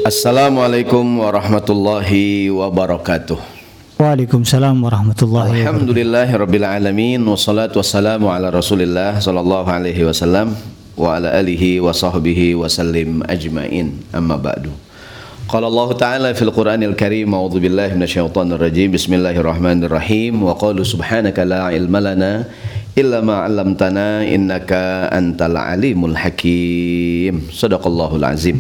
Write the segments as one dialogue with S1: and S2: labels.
S1: Assalamualaikum warahmatullahi wabarakatuh.
S2: Waalaikumsalam warahmatullahi wabarakatuh.
S1: Alhamdulillahirabbil alamin wassalatu wassalamu ala Rasulillah sallallahu alaihi wasallam wa ala alihi wa sahbihi wasallim ajmain. Amma ba'du. Qala Allah Ta'ala fil Qur'anil Karim, a'udzu billahi minasyaitonir rajim. Bismillahirrahmanirrahim. Wa qalu subhanaka la ilma lana illa ma 'allamtana innaka antal alimul hakim. Shadaqallahul azim.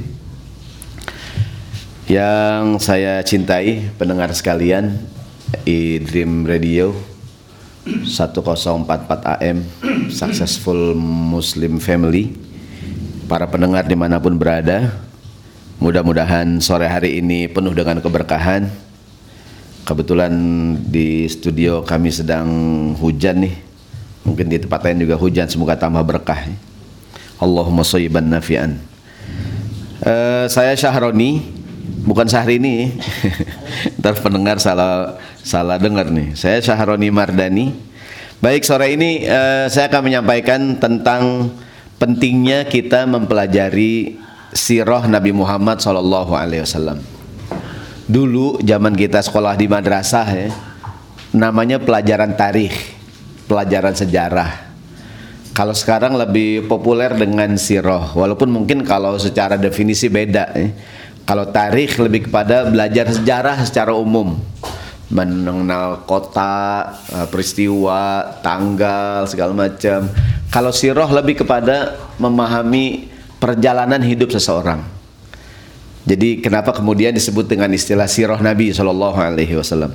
S1: Yang saya cintai pendengar sekalian, iDream Radio 1044 AM, Successful Muslim Family, para pendengar dimanapun berada, mudah-mudahan sore hari ini penuh dengan keberkahan. Kebetulan di studio kami sedang hujan nih, mungkin di tempat lain juga hujan, semoga tambah berkah. Allahumma shayyiban nafi'an. Saya Syahroni, bukan Syahrini. Ntar pendengar salah dengar nih. Saya Syahroni Mardani. Baik, sore ini saya akan menyampaikan tentang pentingnya kita mempelajari sirah Nabi Muhammad SAW. Dulu zaman kita sekolah di madrasah ya, namanya pelajaran tarikh, pelajaran sejarah. Kalau sekarang lebih populer dengan sirah, walaupun mungkin kalau secara definisi beda ya. Kalau tarikh lebih kepada belajar sejarah secara umum, mengenal kota, peristiwa, tanggal, segala macam. Kalau sirah lebih kepada memahami perjalanan hidup seseorang. Jadi kenapa kemudian disebut dengan istilah sirah Nabi SAW?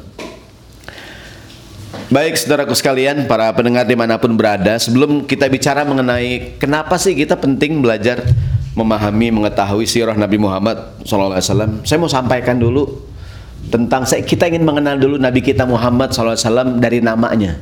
S1: Baik saudaraku sekalian, para pendengar dimanapun berada, sebelum kita bicara mengenai kenapa sih kita penting belajar memahami, mengetahui sirah Nabi Muhammad SAW, saya mau sampaikan dulu tentang kita ingin mengenal dulu Nabi kita Muhammad SAW dari namanya.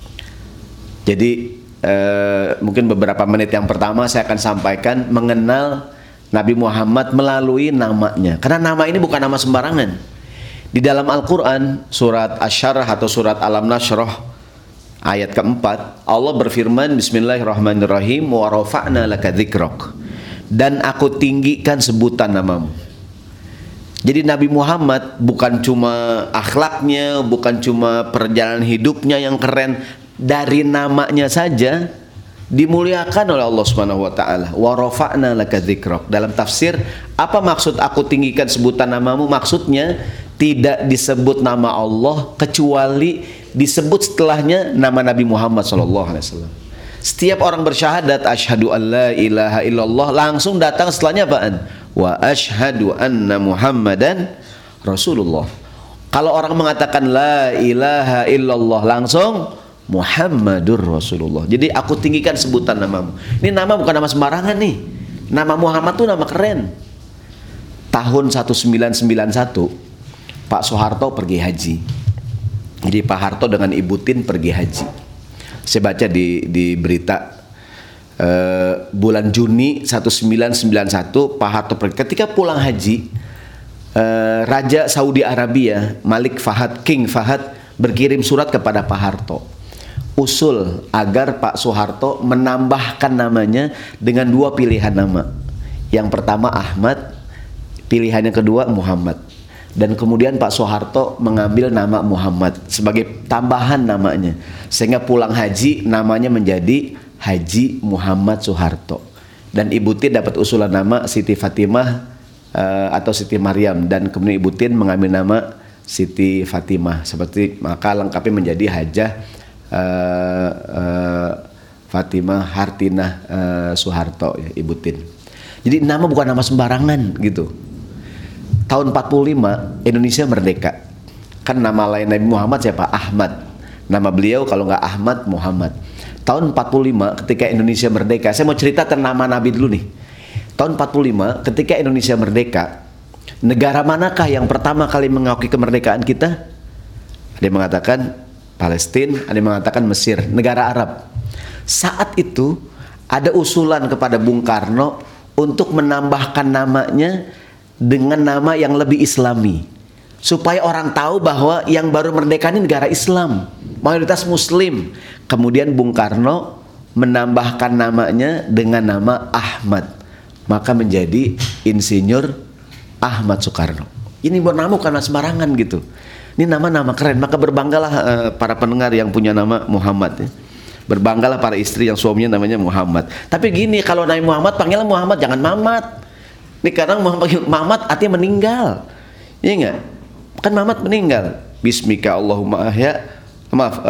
S1: Jadi mungkin beberapa menit yang pertama saya akan sampaikan mengenal Nabi Muhammad melalui namanya, karena nama ini bukan nama sembarangan. Di dalam Al-Quran surat Asy-Syarah atau surat Alam Nashrah ayat keempat, Allah berfirman, Bismillahirrahmanirrahim, wa rafa'na laka dzikrak, dan aku tinggikan sebutan namamu. Jadi Nabi Muhammad bukan cuma akhlaknya, bukan cuma perjalanan hidupnya yang keren, dari namanya saja dimuliakan oleh Allah Subhanahu wa taala. Wa rafa'na laka dzikrak. Dalam tafsir, apa maksud aku tinggikan sebutan namamu? Maksudnya tidak disebut nama Allah kecuali disebut setelahnya nama Nabi Muhammad SAW. Setiap orang bersyahadat asyhadu an la ilaha illallah, langsung datang setelahnya apaan? Wa asyhadu anna Muhammadan Rasulullah. Kalau orang mengatakan la ilaha illallah, langsung Muhammadur Rasulullah. Jadi aku tinggikan sebutan namamu. Ini nama bukan nama sembarangan nih. Nama Muhammad tuh nama keren. Tahun 1991 Pak Soeharto pergi haji. Jadi Pak Harto dengan Ibu Tin pergi haji. Saya baca di berita bulan Juni 1991 Pak Harto pergi. Ketika pulang haji, Raja Saudi Arabia Malik Fahad, King Fahad, berkirim surat kepada Pak Harto, usul agar Pak Soeharto menambahkan namanya dengan dua pilihan nama. Yang pertama Ahmad, pilihan yang kedua Muhammad. Dan kemudian Pak Soeharto mengambil nama Muhammad sebagai tambahan namanya, sehingga pulang haji namanya menjadi Haji Muhammad Soeharto. Dan Ibu Tin dapat usulan nama Siti Fatimah atau Siti Maryam, dan kemudian Ibu Tin mengambil nama Siti Fatimah. Seperti maka lengkapnya menjadi Hajah Fatimah Hartinah Soeharto ya, Ibu Tin. Jadi nama bukan nama sembarangan gitu. Tahun 45 Indonesia merdeka. Kan nama lain Nabi Muhammad siapa? Ahmad. Nama beliau kalau nggak Ahmad, Muhammad. Tahun 45 ketika Indonesia merdeka, saya mau cerita tentang nama Nabi dulu nih. Tahun 45 ketika Indonesia merdeka, negara manakah yang pertama kali mengakui kemerdekaan kita? Ada yang mengatakan Palestina, ada yang mengatakan Mesir, negara Arab. Saat itu ada usulan kepada Bung Karno untuk menambahkan namanya dengan nama yang lebih islami, supaya orang tahu bahwa yang baru merdeka ini negara Islam, mayoritas Muslim. Kemudian Bung Karno menambahkan namanya dengan nama Ahmad, maka menjadi Insinyur Ahmad Soekarno. Ini bukan nama karena sembarangan gitu. Ini nama-nama keren, maka berbanggalah para pendengar yang punya nama Muhammad ya. Berbanggalah para istri yang suaminya namanya Muhammad. Tapi gini, kalau Nabi Muhammad panggilnya Muhammad, jangan Mamat. Ini kadang Muhammad artinya meninggal. Iya enggak? Kan Muhammad meninggal. Bismika Allahumma ahya. Maaf,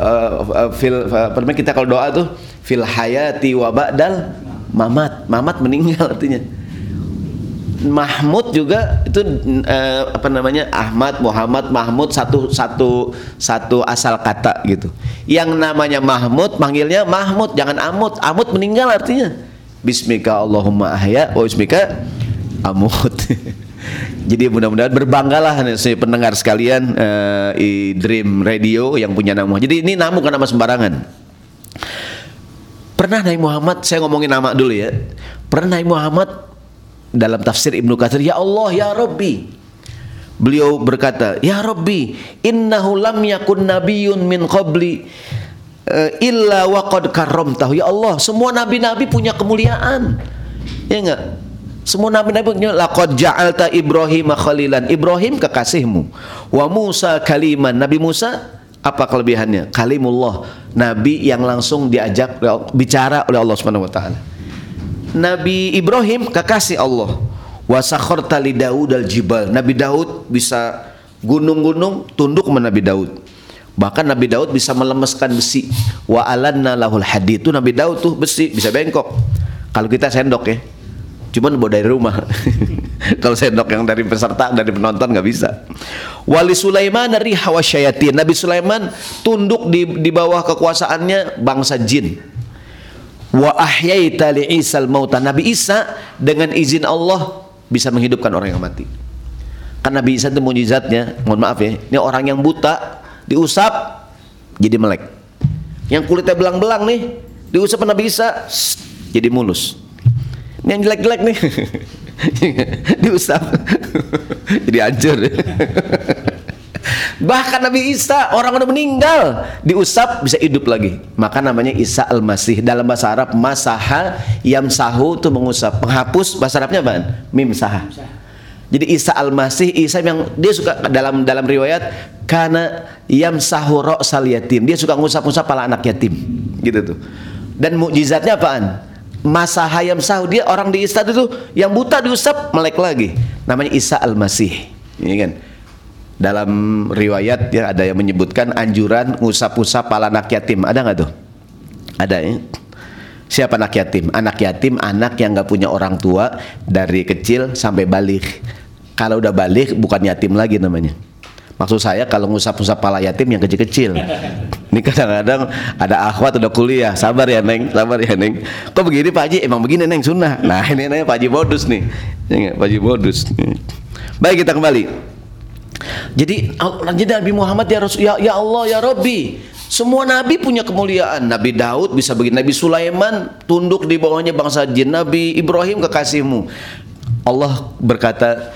S1: kita kalau doa tuh fil hayati wa ba'dal mamat. Mamat meninggal artinya. Mahmud juga itu Ahmad, Muhammad, Mahmud satu asal kata gitu. Yang namanya Mahmud panggilnya Mahmud, jangan Amud. Amud meninggal artinya. Bismika Allahumma ahya wa bismika amut. Jadi mudah-mudahan berbanggalah nih pendengar sekalian Dream Radio yang punya nama. Jadi ini nama bukan nama sembarangan. Pernah Nabi Muhammad, saya ngomongin nama dulu ya. Pernah Nabi Muhammad dalam tafsir Ibnu Katsir, ya Allah ya Rabbi, beliau berkata, ya Rabbi, innahu lam yakun nabiyyun min qabli illa wa qad karramtahu. Ya Allah, semua nabi-nabi punya kemuliaan. Ya enggak? Semua nabi-nabi punya laqad ja'alta Ibrahim khalilan. Ibrahim kekasihmu. Wa Musa kaliman. Nabi Musa apa kelebihannya? Kalimullah, nabi yang langsung diajak bicara oleh Allah Subhanahu wa taala. Nabi Ibrahim kekasih Allah. Wa sakharta li Daud al-jibal. Nabi Daud bisa gunung-gunung tunduk sama Nabi Daud. Bahkan Nabi Daud bisa melemeskan besi. Wa alanna lahul hadid. Itu Nabi Daud tuh besi bisa bengkok. Kalau kita sendok ya, cuman bawa dari rumah. Kalau sendok yang dari peserta, dari penonton nggak bisa. Wali Sulaiman riha wasyayatin. Nabi Sulaiman tunduk di bawah kekuasaannya bangsa jin. Wa ahyaita li Isal mauta. Nabi Isa dengan izin Allah bisa menghidupkan orang yang mati. Kan Nabi Isa itu mukjizatnya, mohon maaf ya, ini orang yang buta diusap jadi melek. Yang kulitnya belang-belang nih diusap Nabi Isa jadi mulus. Ini yang jelek-jelek nih diusap jadi hancur. Bahkan Nabi Isa, orang udah meninggal, diusap bisa hidup lagi. Maka namanya Isa al-Masih. Dalam bahasa Arab, masaha yamsahu itu mengusap. Penghapus bahasa Arabnya apaan? Mimsaha. Jadi Isa al-Masih, Isa yang dia suka dalam riwayat kana yamsahu ra'sal yatim. Dia suka ngusap-ngusap kepala anak yatim. Gitu tuh. Dan mukjizatnya apaan? Masaha yamsahu, dia orang di Isa itu yang buta diusap melek lagi. Namanya Isa al-Masih. Ini kan. Dalam riwayat ya ada yang menyebutkan anjuran ngusap-usap kepala anak yatim. Ada nggak tuh? Ada ya. Siapa anak yatim? Anak yatim anak yang nggak punya orang tua dari kecil sampai balik. Kalau udah balik bukan yatim lagi namanya. Maksud saya kalau ngusap-usap kepala yatim yang kecil-kecil. Ini kadang-kadang ada akhwat udah kuliah. Sabar ya Neng, sabar ya Neng. Kok begini Pak Haji? Emang begini Neng sunnah. Nah ini namanya Pak Haji modus nih. Pak Haji modus. Baik, kita kembali. Jadi Nabi Muhammad ya Rasul, ya Allah ya Rabbi, semua nabi punya kemuliaan. Nabi Daud bisa begini, Nabi Sulaiman tunduk di bawahnya bangsa jin, Nabi Ibrahim kekasihmu. Allah berkata,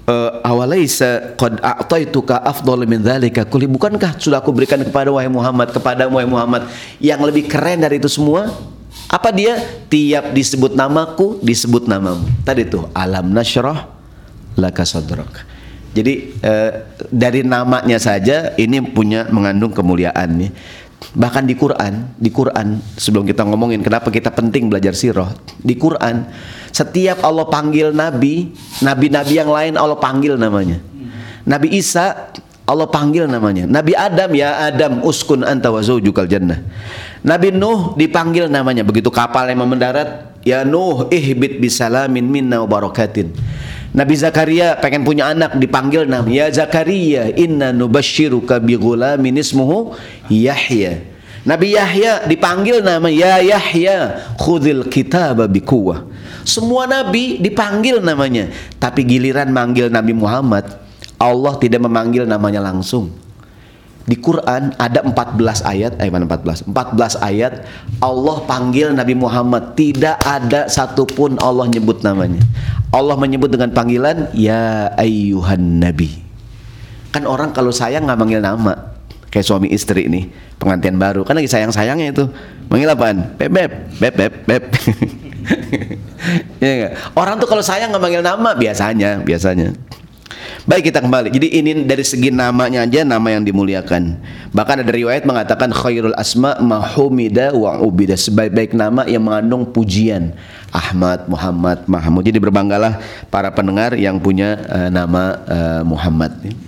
S1: awalaisa qad a'taituka afdhal min dzalika kulli. Bukankah sudah aku berikan kepada wahai Muhammad yang lebih keren dari itu semua? Apa dia? Tiap disebut namaku disebut namamu. Tadi tuh alam nasyrah laka sadrak. Jadi dari namanya saja ini mengandung kemuliaan nih. Bahkan di Quran sebelum kita ngomongin kenapa kita penting belajar sirah, di Quran setiap Allah panggil nabi yang lain Allah panggil namanya. Nabi Isa Allah panggil namanya. Nabi Adam, ya Adam uskun anta wa zaujukal jannah. Nabi Nuh dipanggil namanya. Begitu kapal yang mendarat, ya Nuh ihbit bisalamin minna wa barakatin. Nabi Zakaria pengen punya anak dipanggil nama, ya Zakaria inna nubasyiruka bi ghulamin ismuhu Yahya. Nabi Yahya dipanggil nama, ya Yahya khudhil kitaba biquwwah. Semua nabi dipanggil namanya, tapi giliran manggil Nabi Muhammad Allah tidak memanggil namanya langsung. Di Quran ada 14 ayat, 14 ayat Allah panggil Nabi Muhammad, tidak ada satupun Allah nyebut namanya. Allah menyebut dengan panggilan ya ayyuhan nabi. Kan orang kalau sayang nggak manggil nama, kayak suami istri nih pengantin baru kan lagi sayang-sayangnya itu manggil apaan? Beb. Ya nggak? Orang tuh kalau sayang nggak manggil nama biasanya. Baik, kita kembali. Jadi ini dari segi namanya aja nama yang dimuliakan. Bahkan ada riwayat mengatakan khairul asma mahumida wa ubida, sebaik-baik nama yang mengandung pujian. Ahmad, Muhammad, Mahmud. Jadi berbanggalah para pendengar yang punya nama Muhammad.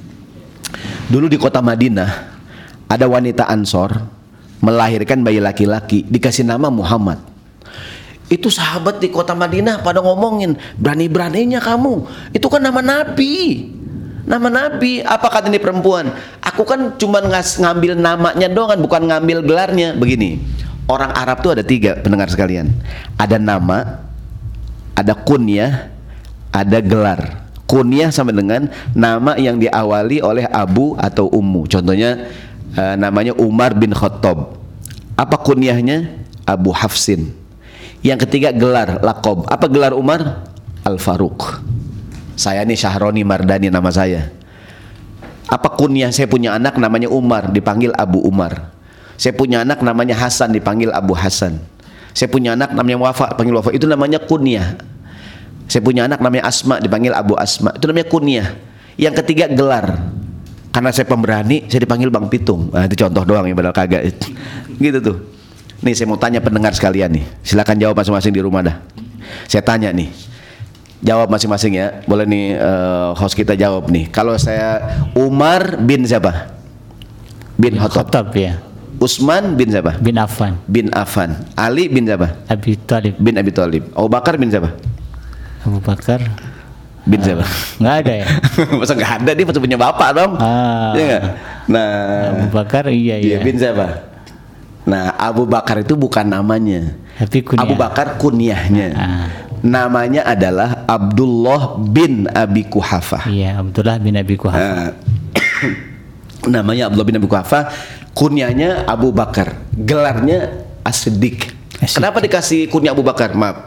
S1: Dulu di kota Madinah ada wanita Ansor melahirkan bayi laki-laki dikasih nama Muhammad. Itu sahabat di kota Madinah pada ngomongin, berani-beraninya kamu, itu kan nama Nabi. Nama Nabi. Apa kata ini perempuan? Aku kan cuma ngambil namanya doang, bukan ngambil gelarnya. Begini, orang Arab tuh ada 3, pendengar sekalian. Ada nama, ada kunyah, ada gelar. Kunyah sama dengan nama yang diawali oleh abu atau ummu. Contohnya namanya Umar bin Khattab. Apa kunyahnya? Abu Hafsin. Yang ketiga gelar, lakob. Apa gelar Umar? Al-Faruq. Saya nih Syahroni Mardani nama saya. Apa kunyah? Saya punya anak namanya Umar, dipanggil Abu Umar. Saya punya anak namanya Hasan, dipanggil Abu Hasan. Saya punya anak namanya Wafa, dipanggil Wafa. Itu namanya kunyah. Saya punya anak namanya Asma, dipanggil Abu Asma. Itu namanya kunyah. Yang ketiga gelar. Karena saya pemberani, saya dipanggil Bang Pitung. Nah, itu contoh doang ya, padahal kagak. Gitu tuh. Nih saya mau tanya pendengar sekalian nih. Silakan jawab masing-masing di rumah dah. Saya tanya nih. Jawab masing-masing ya. Boleh nih host kita jawab nih. Kalau saya Umar bin siapa? Bin Khattab
S2: ya.
S1: Utsman bin siapa?
S2: Bin Affan.
S1: Bin Affan. Ali bin siapa?
S2: Abi Thalib.
S1: Bin Abi Thalib. Abu Bakar bin siapa?
S2: Abu Bakar
S1: bin siapa?
S2: Nggak ada ya?
S1: Masa nggak ada, dia pasti punya bapak dong. Iya nggak? Nah,
S2: Abu Bakar iya.
S1: Bin siapa? Nah, Abu Bakar itu bukan namanya.
S2: Tapi kunyah.
S1: Abu Bakar kunyahnya. Namanya adalah Abdullah bin Abi Quhafah.
S2: Iya, Abdullah bin Abi Quhafah.
S1: Namanya Abdullah bin Abi Quhafah, kunyahnya Abu Bakar, gelarnya As-Siddiq. Kenapa dikasih kunyah Abu Bakar? Maaf.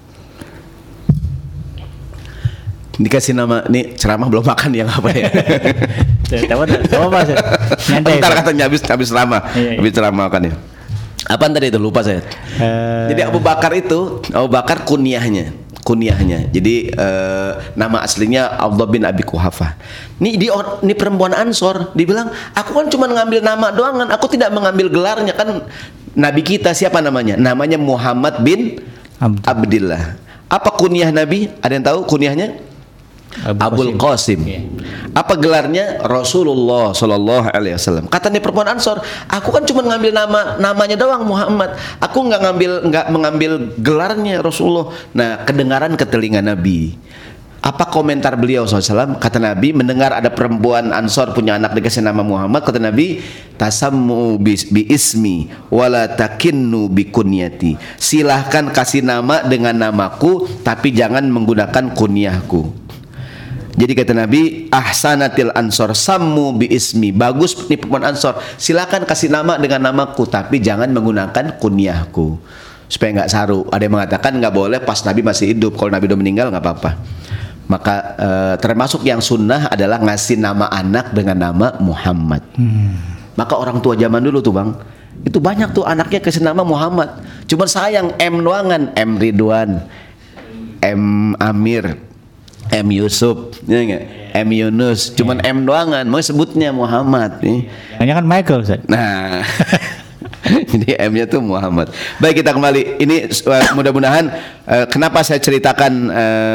S1: Dikasih nama, nih ceramah belum makan ya, apa ya?
S2: Tahu Mas.
S1: Ntar katanya habis ceramah. Habis ceramah makan ya. Apaan tadi itu? Lupa saya. Jadi Abu Bakar kunyahnya. Jadi nama aslinya Abdullah bin Abi Quhafah. Ini perempuan Ansor, dibilang, aku kan cuma ngambil nama doang kan, aku tidak mengambil gelarnya kan. Nabi kita siapa namanya? Namanya Muhammad bin Abdillah. Apa kunyah Nabi? Ada yang tahu kunyahnya? Abul Qasim. Apa gelarnya? Rasulullah Sallallahu Alaihi Wasallam. Kata nih perempuan Ansor, aku kan cuma ngambil namanya doang Muhammad. Aku nggak mengambil gelarnya Rasulullah. Nah, kedengaran ke telinga Nabi. Apa komentar beliau SAW? Kata Nabi, mendengar ada perempuan Ansor punya anak dikasih nama Muhammad. Kata Nabi, tasammu bi ismi wala takinnu bi kunyati. Silahkan kasih nama dengan namaku, tapi jangan menggunakan kunyahku. Jadi kata Nabi, ahsanatil ansor sammu bi ismi. Bagus nih perempuan Ansor, silakan kasih nama dengan namaku, tapi jangan menggunakan kunyahku, supaya nggak saru. Ada yang mengatakan nggak boleh pas Nabi masih hidup, kalau Nabi udah meninggal nggak apa-apa. Maka termasuk yang sunnah adalah ngasih nama anak dengan nama Muhammad. Maka orang tua zaman dulu tuh Bang, itu banyak tuh anaknya kasih nama Muhammad. Cuma sayang M doangan, M Ridwan, M Amir, M Yusuf, ya enggak? M Yunus, cuman M doangan, mau sebutnya Muhammad nih.
S2: Hanya kan Michael, Ustaz.
S1: Nah, jadi M-nya tuh Muhammad. Baik, kita kembali. Ini mudah-mudahan kenapa saya ceritakan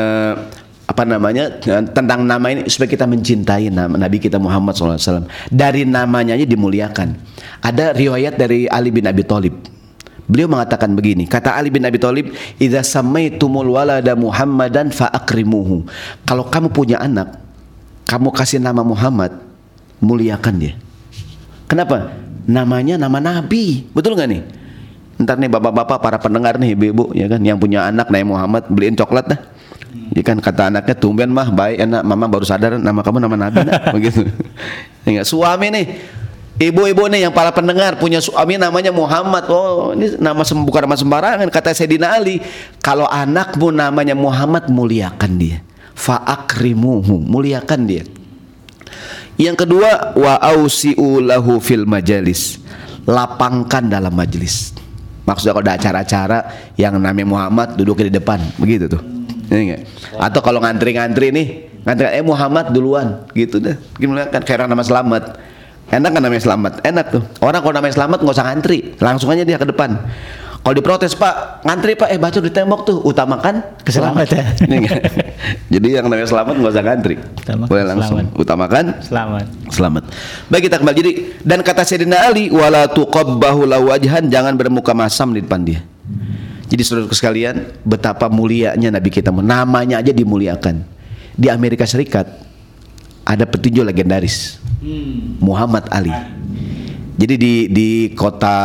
S1: tentang nama ini supaya kita mencintai nama Nabi kita Muhammad SAW. Dari namanya aja dimuliakan. Ada riwayat dari Ali bin Abi Thalib. Beliau mengatakan begini, kata Ali bin Abi Thalib, "Idza samaitumul walada Muhammadan fa akrimuhu." Kalau kamu punya anak, kamu kasih nama Muhammad, muliakan dia. Kenapa? Namanya nama Nabi. Betul nggak nih? Ntar nih bapak-bapak, para pendengar nih, ibu-ibu ya kan, yang punya anak namanya Muhammad, beliin coklat dah. Ya kan, kata anaknya, tumben mah baik enak, mama baru sadar nama kamu nama Nabi nak. Begitu. Enggak, suami nih, ibu-ibu nih yang para pendengar punya suami namanya Muhammad. Oh, ini bukan nama sembarangan. Kata Sayyidina Ali, kalau anakmu namanya Muhammad, muliakan dia. Fa akrimuhu, muliakan dia. Yang kedua, wa ausi'u lahu fil majalis. Lapangkan dalam majelis. Maksudnya kalau ada acara-acara yang namanya Muhammad, duduk di depan, begitu tuh. Ya enggak? Atau kalau ngantri-ngantri nih, Muhammad duluan gitu dah. Gimana kan kayak orang nama Selamat. Enak kan namanya Selamat? Enak tuh. Orang kalau namanya Selamat nggak usah ngantri, langsung aja dia ke depan. Kalau diprotes, Pak, ngantri Pak, baca di tembok tuh, utamakan
S2: Keselamatan.
S1: Jadi yang namanya Selamat nggak usah ngantri, boleh langsung selamat. Utamakan selamat. Baik, kita kembali. Jadi, dan kata Sayyidina Ali, wala tuqabbahu lahu wajhan, jangan bermuka masam di depan dia. Jadi saudaraku sekalian, betapa mulianya Nabi kita, namanya aja dimuliakan. Di Amerika Serikat ada petinju legendaris, Muhammad Ali. Jadi di kota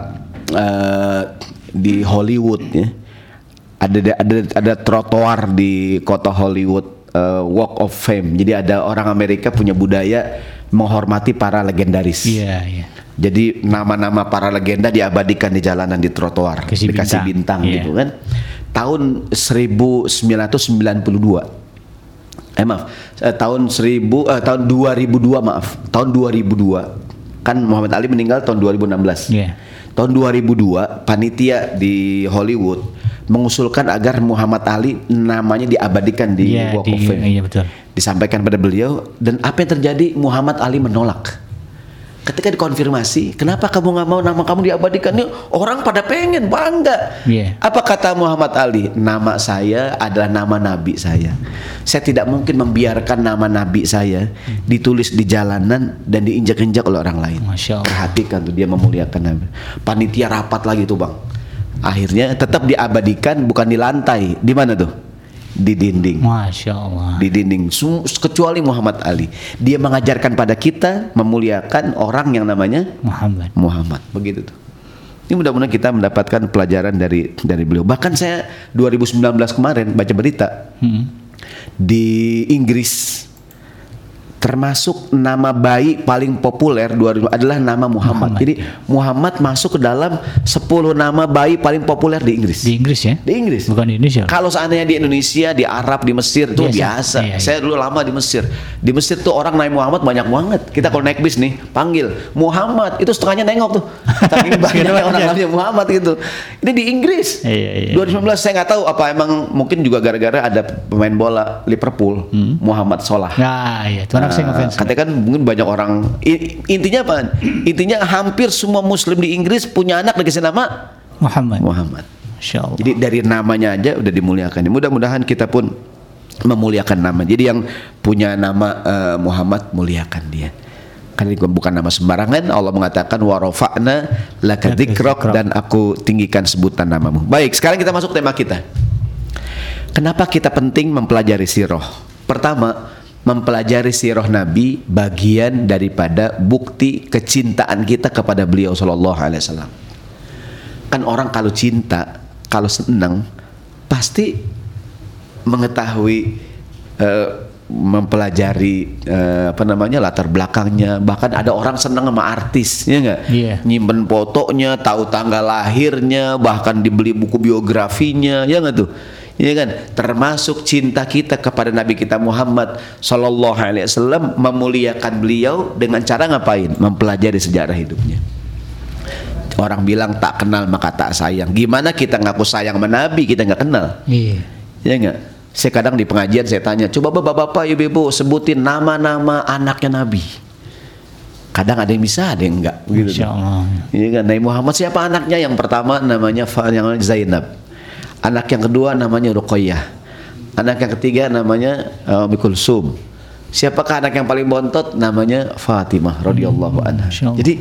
S1: di Hollywood ya, ada trotoar di kota Hollywood, Walk of Fame. Jadi ada orang Amerika punya budaya menghormati para legendaris.
S2: Iya.
S1: Jadi nama-nama para legenda diabadikan di jalanan, di trotoar, dikasih bintang gitu kan. Tahun 1992. Tahun 2002 Tahun 2002 kan Muhammad Ali meninggal tahun 2016. Tahun 2002 panitia di Hollywood mengusulkan agar Muhammad Ali namanya diabadikan di Walk of Fame.
S2: Iya, betul.
S1: Disampaikan pada beliau, dan apa yang terjadi? Muhammad Ali menolak. Ketika dikonfirmasi, kenapa kamu nggak mau nama kamu diabadikan? Nih, orang pada pengen, bangga. Apa kata Muhammad Ali? Nama saya adalah nama Nabi saya. Saya tidak mungkin membiarkan nama Nabi saya ditulis di jalanan dan diinjak-injak oleh orang lain.
S2: Masya Allah.
S1: Perhatikan tuh, dia memuliakan Nabi. Panitia rapat lagi tuh, Bang. Akhirnya tetap diabadikan, bukan di lantai. Di mana tuh? Di dinding.
S2: Masya Allah.
S1: Di dinding. Kecuali Muhammad Ali, dia mengajarkan pada kita memuliakan orang yang namanya Muhammad. Begitu tuh. Ini mudah-mudahan kita mendapatkan pelajaran dari beliau. Bahkan saya 2019 kemarin baca berita di Inggris, termasuk nama bayi paling populer adalah nama Muhammad. Jadi Muhammad masuk ke dalam 10 nama bayi paling populer di Inggris.
S2: Di Inggris ya?
S1: Di Inggris.
S2: Bukan di Indonesia.
S1: Kalau seandainya di Indonesia, di Arab, di Mesir itu biasa. Iya. Saya dulu lama di Mesir. Di Mesir tuh orang naik Muhammad banyak banget. Kita kalau naik bis nih, panggil Muhammad, itu setengahnya nengok tuh. Tapi banyak orang namanya Muhammad gitu. Ini di Inggris. 2019 saya nggak tahu apa emang mungkin juga gara-gara ada pemain bola Liverpool, Muhammad Salah.
S2: Nah, iya, itu anak saya ngefans.
S1: Katanya kan mungkin banyak orang, intinya apa? Intinya hampir semua muslim di Inggris punya anak dikasih nama Muhammad. Masya Allah. Jadi dari namanya aja udah dimuliakan. Mudah-mudahan kita pun memuliakan nama. Jadi yang punya nama Muhammad, muliakan dia. Karena ini bukan nama sembarangan. Allah mengatakan wa rafa'na laka dzikrok, dan aku tinggikan sebutan namamu. Baik, sekarang kita masuk tema kita. Kenapa kita penting mempelajari sirah? Pertama, mempelajari sirah Nabi bagian daripada bukti kecintaan kita kepada beliau sallallahu alaihi wasallam. Kan orang kalau cinta, kalau senang, pasti mengetahui, mempelajari latar belakangnya. Bahkan ada orang senang sama artis, ya nggak? Nyimpen fotonya, tahu tanggal lahirnya, bahkan dibeli buku biografinya, ya nggak tuh? Ya kan, termasuk cinta kita kepada Nabi kita Muhammad sallallahu alaihi wasallam, memuliakan beliau dengan cara ngapain? Mempelajari sejarah hidupnya. Orang bilang tak kenal maka tak sayang. Gimana kita ngaku sayang sama Nabi kita nggak kenal? Ya nggak? Saya kadang di pengajian saya tanya, coba bapak-bapak, ibu-ibu sebutin nama-nama anaknya Nabi. Kadang ada yang bisa, ada yang enggak. Gitu. Iya kan? Nabi Muhammad siapa anaknya? Yang pertama namanya Zainab. Anak yang kedua namanya Ruqayyah. Anak yang ketiga namanya Ummu Kulsum. Siapakah anak yang paling bontot? Namanya Fatimah radhiyallahu anha. Jadi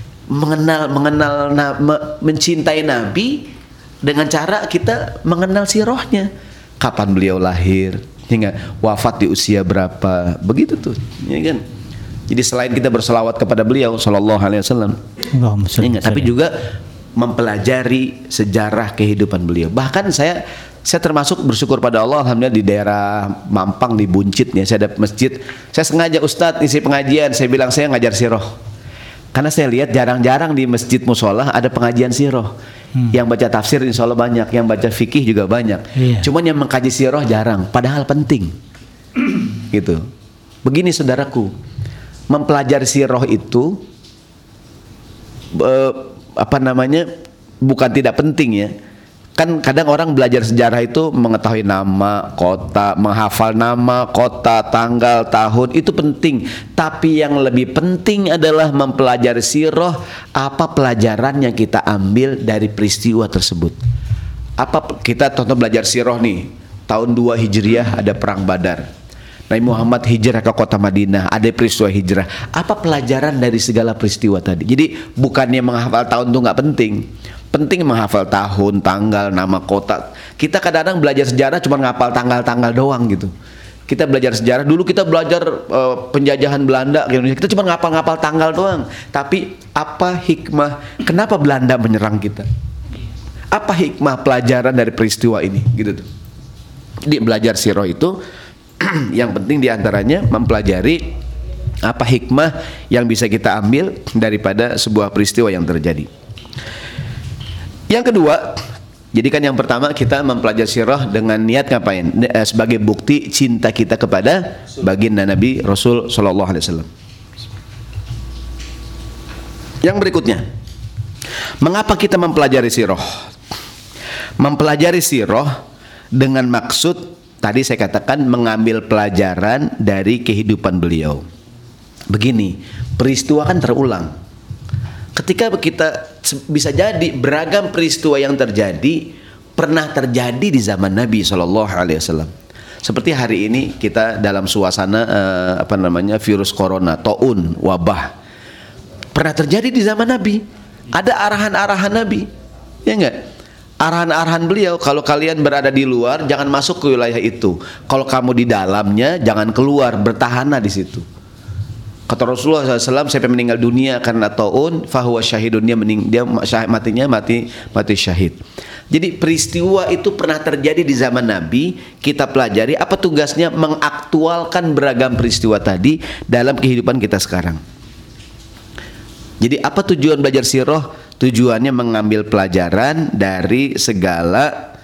S1: mencintai Nabi dengan cara kita mengenal sirahnya. Kapan beliau lahir, hingga wafat di usia berapa, begitu tuh, ya kan? Jadi selain kita berselawat kepada beliau sallallahu alaihi wasallam, tapi juga mempelajari sejarah kehidupan beliau. Bahkan saya termasuk bersyukur pada Allah, alhamdulillah di daerah Mampang di Buncit ya, saya ada masjid. Saya sengaja Ustadz isi pengajian, saya bilang saya ngajar sirah. Karena saya lihat jarang-jarang di masjid musola ada pengajian sirah. Yang baca tafsir insya Allah banyak, yang baca fikih juga banyak. Cuman yang mengkaji sirah jarang, padahal penting. Gitu. Begini saudaraku, mempelajari sirah itu bukan tidak penting ya, Kan kadang orang belajar sejarah itu mengetahui nama, kota, menghafal nama, kota, tanggal, tahun, itu penting. Tapi yang lebih penting adalah mempelajari sirah, apa pelajaran yang kita ambil dari peristiwa tersebut. Apa kita contoh belajar sirah nih, tahun 2 Hijriah ada perang Badar. Nabi Muhammad hijrah ke kota Madinah, ada peristiwa hijrah. Apa pelajaran dari segala peristiwa tadi? Jadi bukannya menghafal tahun itu nggak penting. Penting menghafal tahun, tanggal, nama kota. Kita kadang-kadang belajar sejarah cuma ngapal tanggal-tanggal doang gitu. Kita belajar sejarah, dulu kita belajar penjajahan Belanda ke Indonesia, kita cuma ngapal-ngapal tanggal doang. Tapi apa hikmah, kenapa Belanda menyerang kita? Apa hikmah pelajaran dari peristiwa ini gitu tuh. Jadi belajar sirah itu yang penting diantaranya mempelajari apa hikmah yang bisa kita ambil daripada sebuah peristiwa yang terjadi. Yang kedua, jadi kan yang pertama kita mempelajari sirah dengan niat ngapain? Sebagai bukti cinta kita kepada baginda Nabi Rasul Sallallahu Alaihi Wasallam. Yang berikutnya, mengapa kita mempelajari sirah? Mempelajari sirah dengan maksud tadi saya katakan mengambil pelajaran dari kehidupan beliau. Begini, peristiwa kan terulang. Ketika kita bisa jadi beragam peristiwa yang terjadi pernah terjadi di zaman Nabi Shallallahu Alaihi Wasallam. Seperti hari ini kita dalam suasana virus corona, taun, wabah, pernah terjadi di zaman Nabi. Ada arahan-arahan Nabi, ya enggak? Arahan-arahan beliau, kalau kalian berada di luar jangan masuk ke wilayah itu. Kalau kamu di dalamnya jangan keluar, bertahanlah di situ. Kata Rasulullah SAW, sampai meninggal dunia karena taun, fahuwa syahidun, dia matinya mati syahid. Jadi peristiwa itu pernah terjadi di zaman Nabi. Kita pelajari apa tugasnya, mengaktualkan beragam peristiwa tadi dalam kehidupan kita sekarang. Jadi apa tujuan belajar sirah? Tujuannya mengambil pelajaran dari segala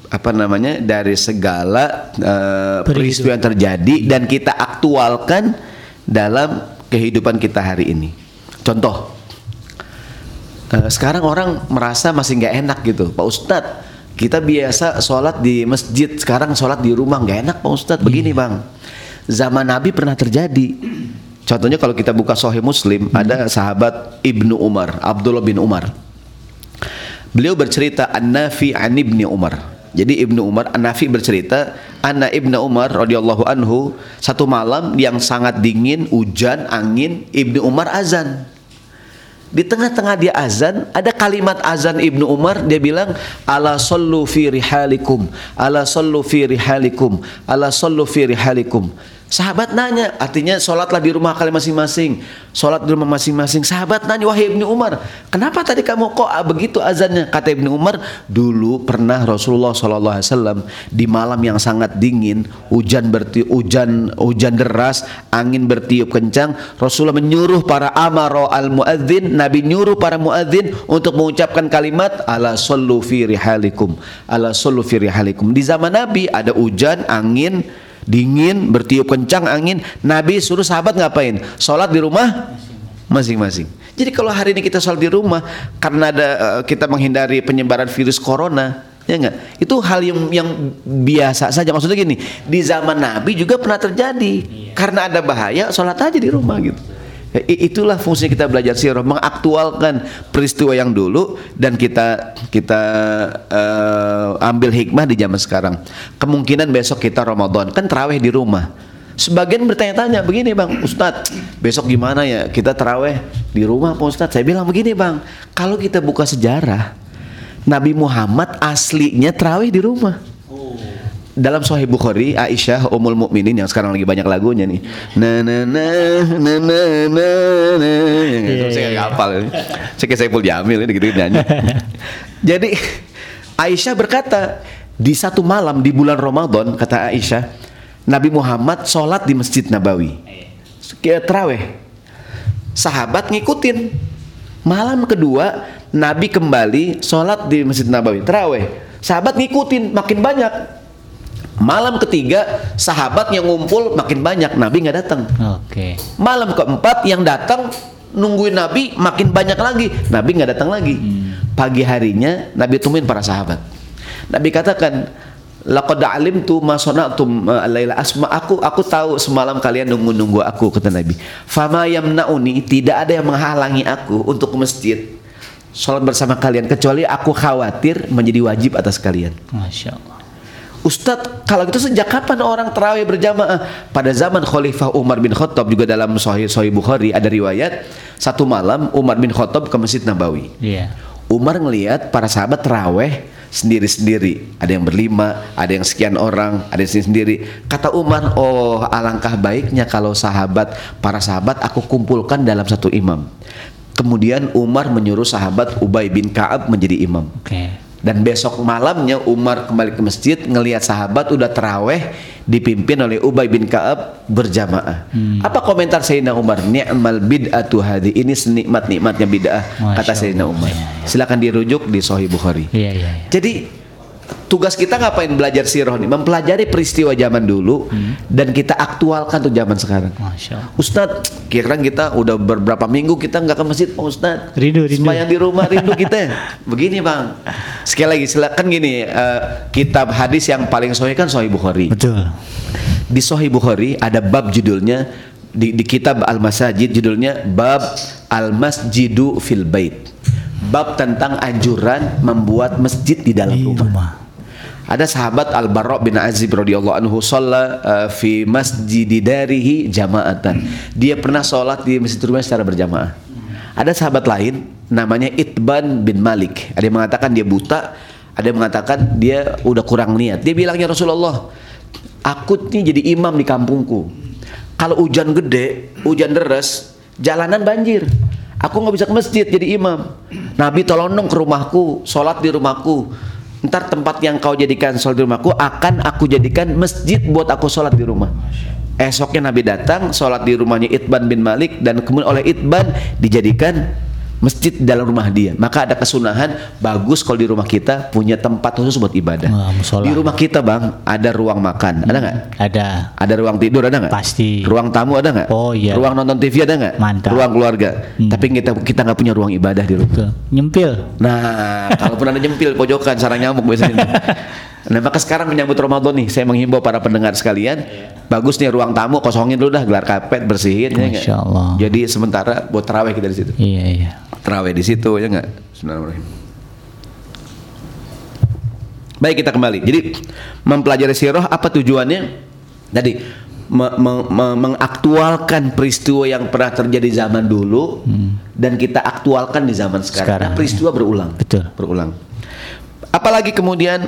S1: peristiwa yang terjadi dan kita aktualkan dalam kehidupan kita hari ini. Contoh, sekarang orang merasa masih nggak enak gitu, Pak Ustadz. Kita biasa sholat di masjid, sekarang sholat di rumah nggak enak, Pak Ustadz. Begini bang, zaman Nabi pernah terjadi. Contohnya kalau kita buka Sahih Muslim, ada sahabat Ibnu Umar, Abdullah bin Umar. Beliau bercerita An-Nafi an Ibni Umar. Jadi Ibnu Umar, An-Nafi bercerita, Anna Ibnu Umar radhiyallahu anhu, satu malam yang sangat dingin, hujan, angin, Ibnu Umar azan. Di tengah-tengah dia azan, ada kalimat azan Ibnu Umar, dia bilang, ala sallu fi rihalikum, ala sallu fi rihalikum, ala sallu fi rihalikum. Sahabat nanya, artinya sholatlah di rumah kalian masing-masing, sholat di rumah masing-masing. Sahabat nanya, wahai Ibnu Umar, kenapa tadi kamu kok begitu azannya? Kata Ibnu Umar, dulu pernah Rasulullah SAW di malam yang sangat dingin, hujan deras, angin bertiup kencang. Rasulullah menyuruh para amaro al muadzin, Nabi nyuruh para muadzin untuk mengucapkan kalimat ala sallu fi rihalikum, ala sallu fi rihalikum. Di zaman Nabi ada hujan, angin dingin, bertiup kencang angin, Nabi suruh sahabat ngapain? Sholat di rumah masing-masing. Jadi kalau hari ini kita sholat di rumah karena ada kita menghindari penyebaran virus corona, ya enggak? Itu hal yang biasa saja. Maksudnya gini, di zaman Nabi juga pernah terjadi. Karena ada bahaya, sholat aja di rumah gitu. Itulah fungsi kita belajar sirah, mengaktualkan peristiwa yang dulu dan kita ambil hikmah di zaman sekarang. Kemungkinan besok kita Ramadan, kan tarawih di rumah. Sebagian bertanya-tanya begini, bang Ustadz, besok gimana ya kita tarawih di rumah Pak Ustadz? Saya bilang begini bang, kalau kita buka sejarah, Nabi Muhammad aslinya tarawih di rumah. Dalam Sahih Bukhari, Aisyah Ummul Mukminin yang sekarang lagi banyak lagunya nih. Saya nggak hafal ini. Saya kayak Saiful Jamil ini gitu nyanyi. Jadi Aisyah berkata, di satu malam di bulan Ramadan, kata Aisyah, Nabi Muhammad sholat di Masjid Nabawi. Tarawih. Sahabat ngikutin. Malam kedua Nabi kembali sholat di Masjid Nabawi, tarawih. Sahabat ngikutin, makin banyak. Malam ketiga sahabat yang ngumpul makin banyak, Nabi nggak datang. Malam keempat yang datang nungguin Nabi makin banyak lagi, Nabi nggak datang lagi. Pagi harinya Nabi temuin para sahabat. Nabi katakan, laqad alimtu ma sana'tum al-laila asma, aku tahu semalam kalian nunggu aku, kata Nabi. Fama yamna'uni, tidak ada yang menghalangi aku untuk ke masjid salat bersama kalian kecuali aku khawatir menjadi wajib atas kalian.
S2: Masya Allah.
S1: Ustadz, kalau gitu sejak kapan orang tarawih berjamaah? Pada zaman Khalifah Umar bin Khattab, juga dalam Sahih Bukhari ada riwayat, satu malam Umar bin Khattab ke Masjid Nabawi. Umar ngelihat para sahabat tarawih sendiri-sendiri, ada yang berlima, ada yang sekian orang, ada yang sendiri. Kata Umar, oh alangkah baiknya kalau para sahabat aku kumpulkan dalam satu imam. Kemudian Umar menyuruh sahabat Ubay bin Ka'ab menjadi imam. Dan besok malamnya Umar kembali ke masjid, ngelihat sahabat udah taraweh dipimpin oleh Ubay bin Ka'ab berjamaah. Apa komentar Sayyidina Umar? Ni'mal bid'atu hadi, ini senikmat-nikmatnya bid'ah, kata Sayyidina Umar. Silakan dirujuk di Sahih Bukhari. Jadi tugas kita ngapain belajar sirah nih? Mempelajari peristiwa zaman dulu dan kita aktualkan tuh zaman sekarang. Ustadz, kira-kira kita udah beberapa minggu kita nggak ke masjid, Pak Ustadz.
S2: Rindu.
S1: Sembahyang di rumah, rindu kita. Begini Bang, sekali lagi silakan gini, kitab hadis yang paling sahih kan Sahih Bukhari.
S2: Betul.
S1: Di Sahih Bukhari ada bab judulnya di kitab Al-Masajid, judulnya bab Al-Masjidu fil Bait. Bab tentang anjuran membuat masjid di dalam rumah. Ada sahabat Al-Barra bin Azib radhiyallahu anhu shalla fi masjidi darihi jama'atan. Dia pernah sholat di masjid rumah secara berjamaah. Ada sahabat lain namanya Itban bin Malik. Ada yang mengatakan dia buta, ada yang mengatakan dia udah kurang niat. Dia bilangnya, Rasulullah, aku nih jadi imam di kampungku. Kalau hujan gede, hujan deras, jalanan banjir. Aku nggak bisa ke masjid jadi imam. Nabi tolong dong ke rumahku, sholat di rumahku. Ntar tempat yang kau jadikan sholat di rumahku akan aku jadikan masjid buat aku sholat di rumah. Esoknya Nabi datang, sholat di rumahnya Itban bin Malik, dan kemudian oleh Itban dijadikan masjid di dalam rumah dia. Maka ada kesunahan, bagus kalau di rumah kita punya tempat khusus buat ibadah. Di rumah kita Bang, ada ruang makan, ada nggak?
S2: Ada.
S1: Ada ruang tidur, ada nggak?
S2: Pasti.
S1: Ruang tamu ada nggak?
S2: Oh iya.
S1: Ruang nonton TV ada nggak?
S2: Mantap.
S1: Ruang keluarga. Tapi kita nggak punya ruang ibadah di rumah.
S2: Betul. Nyempil.
S1: Nah, kalaupun ada nyempil pojokan, sarang nyamuk biasanya. Nah, maka sekarang menyambut Ramadan nih, saya menghimbau para pendengar sekalian, bagus nih ruang tamu kosongin dulu dah, gelar karpet bersihin, ya nggak? Jadi sementara buat tarawih kita di situ.
S2: Iya.
S1: Tarawih di situ, ya nggak? Bismillahirrahmanirrahim. Baik, kita kembali. Jadi mempelajari sirah apa tujuannya? Tadi mengaktualkan peristiwa yang pernah terjadi zaman dulu dan kita aktualkan di zaman sekarang. Nah, peristiwa berulang.
S2: Betul.
S1: Berulang. Apalagi kemudian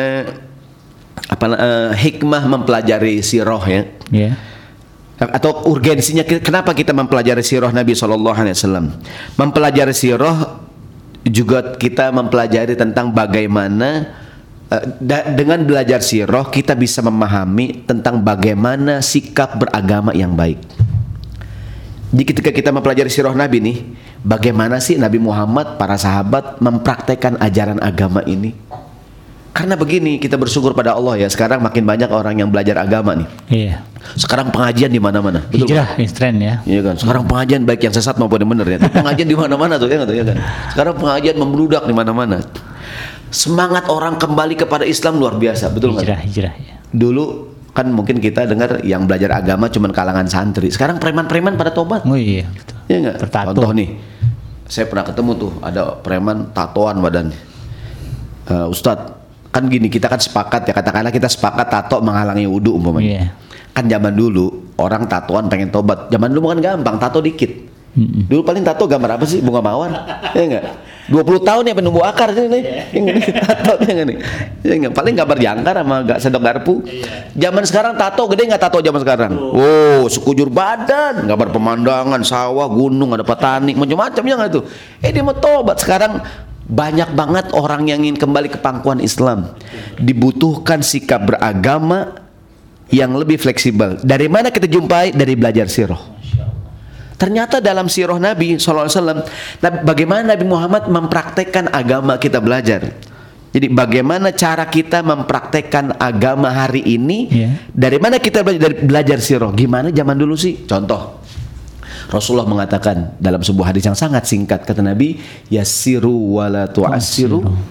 S1: hikmah mempelajari sirah ya. Atau urgensinya kenapa kita mempelajari sirah Nabi SAW? Mempelajari sirah juga kita mempelajari tentang bagaimana dengan belajar sirah kita bisa memahami tentang bagaimana sikap beragama yang baik. Jadi ketika kita mempelajari sirah Nabi nih, bagaimana sih Nabi Muhammad, para sahabat mempraktekkan ajaran agama ini? Karena begini, kita bersyukur pada Allah ya, sekarang makin banyak orang yang belajar agama nih.
S2: Iya.
S1: Sekarang pengajian di mana-mana.
S2: Hijrah, tren ya.
S1: Iya kan. Sekarang pengajian baik yang sesat maupun yang benar ya. Pengajian di mana-mana tuh ya kan. Sekarang pengajian membludak di mana-mana. Semangat orang kembali kepada Islam luar biasa, betul nggak?
S2: Hijrah ya.
S1: Dulu kan mungkin kita dengar yang belajar agama cuman kalangan santri. Sekarang preman-preman pada tobat.
S2: Oh iya, betul.
S1: Iya enggak? Contoh nih, saya pernah ketemu tuh ada preman tatoan badannya. Ustadz, kan gini, kita kan sepakat ya, katakanlah kita sepakat tato menghalangi wudhu umpamanya. Kan zaman dulu orang tatoan pengen tobat. Zaman dulu kan gampang, tato dikit. Dulu paling tato gambar apa sih? Bunga mawar. Ya enggak? 20 tahun ya penumbuh akar sini nih. Tato nih. Ya enggak? Paling gambar jangkar sama gak sedok garpu. Zaman sekarang tato gede enggak tato zaman sekarang? Oh, sekujur badan, gambar pemandangan, sawah, gunung, ada petani, macam-macam ya enggak tuh. Dia mau tobat. Sekarang banyak banget orang yang ingin kembali ke pangkuan Islam. Dibutuhkan sikap beragama yang lebih fleksibel. Dari mana kita jumpai? Dari belajar sirah. Ternyata dalam sirah Nabi SAW, bagaimana Nabi Muhammad mempraktekkan agama kita belajar. Jadi bagaimana cara kita mempraktekkan agama hari ini? Dari mana kita belajar sirah? Gimana zaman dulu sih? Contoh, Rasulullah mengatakan dalam sebuah hadis yang sangat singkat, kata Nabi, yassiru wala tu'assiru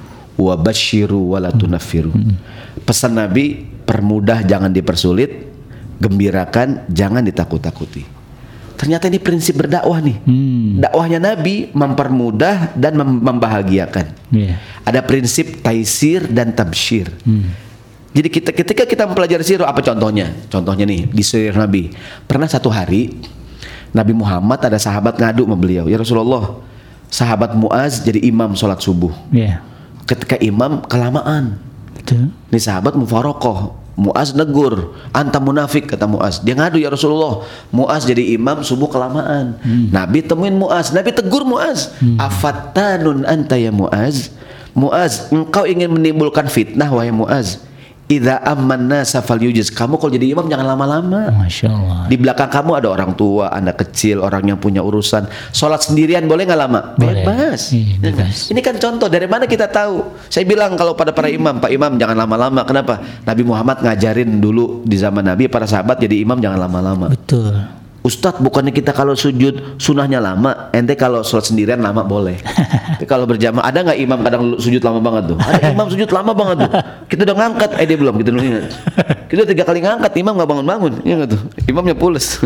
S1: wa basyiru wa la tunaffiru. Pesan Nabi, permudah jangan dipersulit, gembirakan jangan ditakut-takuti. Ternyata ini prinsip berdakwah nih. Dakwahnya Nabi mempermudah dan membahagiakan. Ada prinsip taisir dan tabsyir. Jadi ketika kita mempelajari sirah, apa contohnya? Contohnya nih di sirah Nabi. Pernah satu hari Nabi Muhammad ada sahabat ngadu sama beliau, ya Rasulullah, sahabat Muaz jadi imam sholat subuh. Ketika imam kelamaan, nih sahabat mufarokoh. Muaz negur, anta munafik, kata Muaz. Dia ngadu, ya Rasulullah, Muaz jadi imam subuh kelamaan. Nabi temuin Muaz, Nabi tegur Muaz, afattanun anta ya Muaz. Muaz, engkau ingin menimbulkan fitnah wahai Muaz. Idza amanna safal yujiz. Kamu kalau jadi imam jangan lama-lama.
S2: Masya Allah.
S1: Di belakang kamu ada orang tua, anak kecil, orang yang punya urusan. Sholat sendirian boleh nggak lama?
S2: Boleh.
S1: Bebas.
S2: Bebas.
S1: Ini kan contoh. Dari mana kita tahu? Saya bilang kalau pada para imam, Pak Imam jangan lama-lama. Kenapa? Nabi Muhammad ngajarin dulu di zaman Nabi, para sahabat jadi imam jangan lama-lama.
S2: Betul.
S1: Ustadz, bukannya kita kalau sujud sunahnya lama, ente kalau sholat sendirian lama boleh. Tapi kalau berjamaah, ada nggak imam kadang sujud lama banget tuh? Ada imam sujud lama banget tuh. Kita udah ngangkat, dia belum, kita dulu ingat. Kita udah 3 kali ngangkat, imam nggak bangun-bangun, ya nggak tuh? Imamnya pules.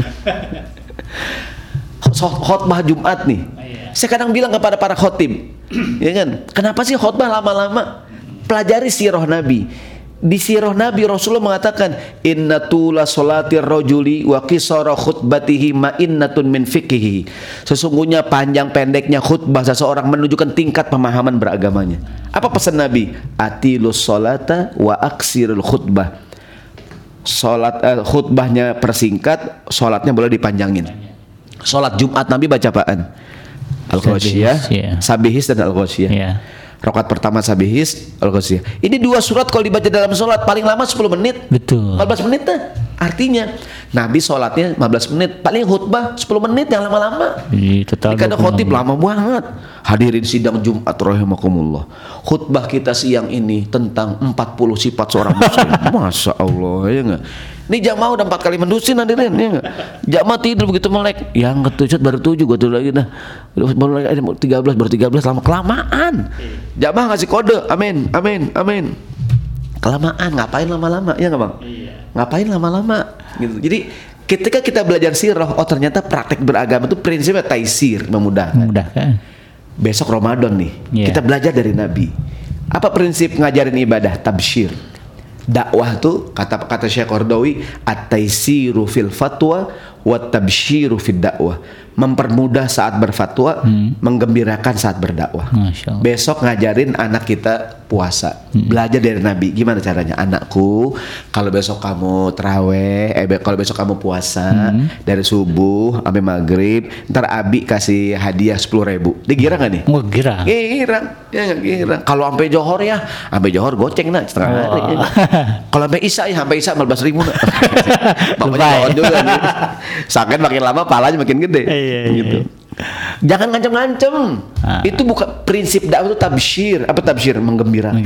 S1: Khotbah Jumat nih, saya kadang bilang kepada para khotib, ya kan? Kenapa sih khotbah lama-lama? Pelajari sirah Nabi. Di sirah Nabi Rasulullah mengatakan inna tula solatir rajuli wa qisara khutbatihi ma'innatun min fiqhihi. Sesungguhnya panjang pendeknya khutbah seseorang menunjukkan tingkat pemahaman beragamanya. Apa pesan Nabi? Atilus solata wa aksirul khutbah. Khutbahnya persingkat, solatnya boleh dipanjangin. Solat Jumat Nabi baca apaan? Al-Ghasyiyah, Sabihis dan Al-Ghasyiyah. Rakaat pertama Sabihis, Al-Ghasyiyah. Ini 2 surat kalau dibaca dalam sholat paling lama 10 menit.
S2: Betul.
S1: 14 menit dah. Artinya Nabi sholatnya 15 menit, paling khutbah 10 menit yang lama-lama. Ini kadang khotib lama banget. Hadirin sidang Jumat rahimakumullah. Khutbah kita siang ini tentang 40 sifat seorang muslim. Masya Allah, ya enggak? Ini jamaah udah 4 kali mendusin hadirin, ya enggak? Jamaah tidur begitu melek. Yang ketujuh baru 7, gua tidur lagi dah. Baru lagi 13, baru 13 lama kelamaan. Jamaah ngasih kode, amin, amin, amin. Kelamaan, ngapain lama-lama, ya enggak Bang? Ngapain lama-lama gitu. Jadi ketika kita belajar sirah, oh ternyata praktek beragama itu prinsipnya taisir, memudahkan. Besok Ramadan nih, kita belajar dari Nabi. Apa prinsip ngajarin ibadah? Tabsyir. Dakwah tuh kata Syekh Qardawi, at-taisiru fil fatwa wa tabsyiru fid dakwah. Mempermudah saat berfatwa, menggembirakan saat berdakwah. Besok ngajarin anak kita puasa, belajar dari Nabi. Gimana caranya? Anakku, kalau besok kamu terawih, kalau besok kamu puasa dari subuh sampai maghrib, ntar Abi kasih hadiah 10.000. Dia girang gak nih?
S2: Oh, girang.
S1: Girang. Ya, girang. Kalau sampai Johor ya, sampai Johor goceng nak setengah hari. Kalau sampai Isya ya, sampai Isya 15.000 nak. Bapaknya Johor juga nih. Sakit makin lama, palanya makin gede. Gitu. Jangan ngancem-ngancem. Itu bukan prinsip dakwah, itu tabsyir. Apa tabsyir? Menggembirakan.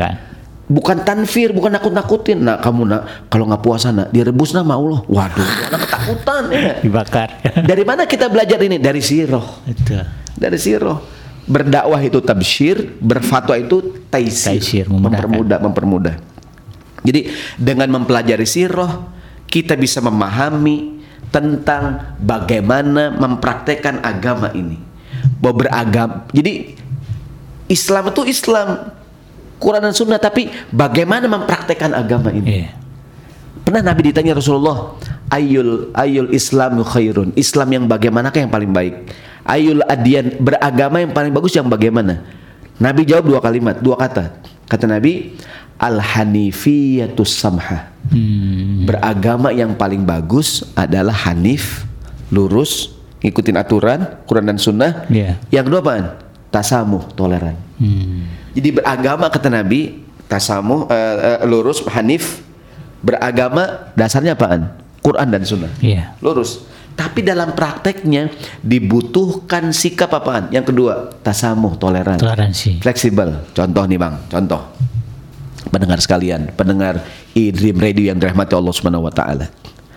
S1: Bukan tanfir, bukan nakut-nakutin. Nah, kamu nak kalau nggak puasa nak direbus nama Allah. Waduh, anak ketakutan ya.
S2: Dibakar.
S1: Dari mana kita belajar ini? Dari sirah. Dari sirah. Berdakwah itu tabsyir, berfatwa itu taisir, mempermudah. Jadi dengan mempelajari sirah, kita bisa memahami tentang bagaimana mempraktekkan agama ini. Bahwa beragama. Jadi Islam itu Islam, Quran dan Sunnah, tapi bagaimana mempraktekkan agama ini. Pernah Nabi ditanya Rasulullah, Ayul Islamu khairun. Islam yang bagaimanakah yang paling baik? Ayul adyan, beragama yang paling bagus yang bagaimana? Nabi jawab 2 kalimat, 2 kata. Kata Nabi, Al-Hanifiyatus Samha. Beragama yang paling bagus adalah hanif, lurus, ngikutin aturan Quran dan Sunnah. Yang kedua apaan? Tasamuh, toleran. Jadi beragama kata Nabi, tasamuh, lurus, hanif. Beragama dasarnya apaan? Quran dan Sunnah. Lurus. Tapi dalam prakteknya dibutuhkan sikap apaan? Yang kedua, tasamuh, toleran. Toleransi. Fleksibel. Contoh nih Bang, contoh. Pendengar sekalian, pendengar Dream Radio yang dirahmati Allah Subhanahu wa taala.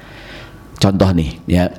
S1: Contoh nih ya,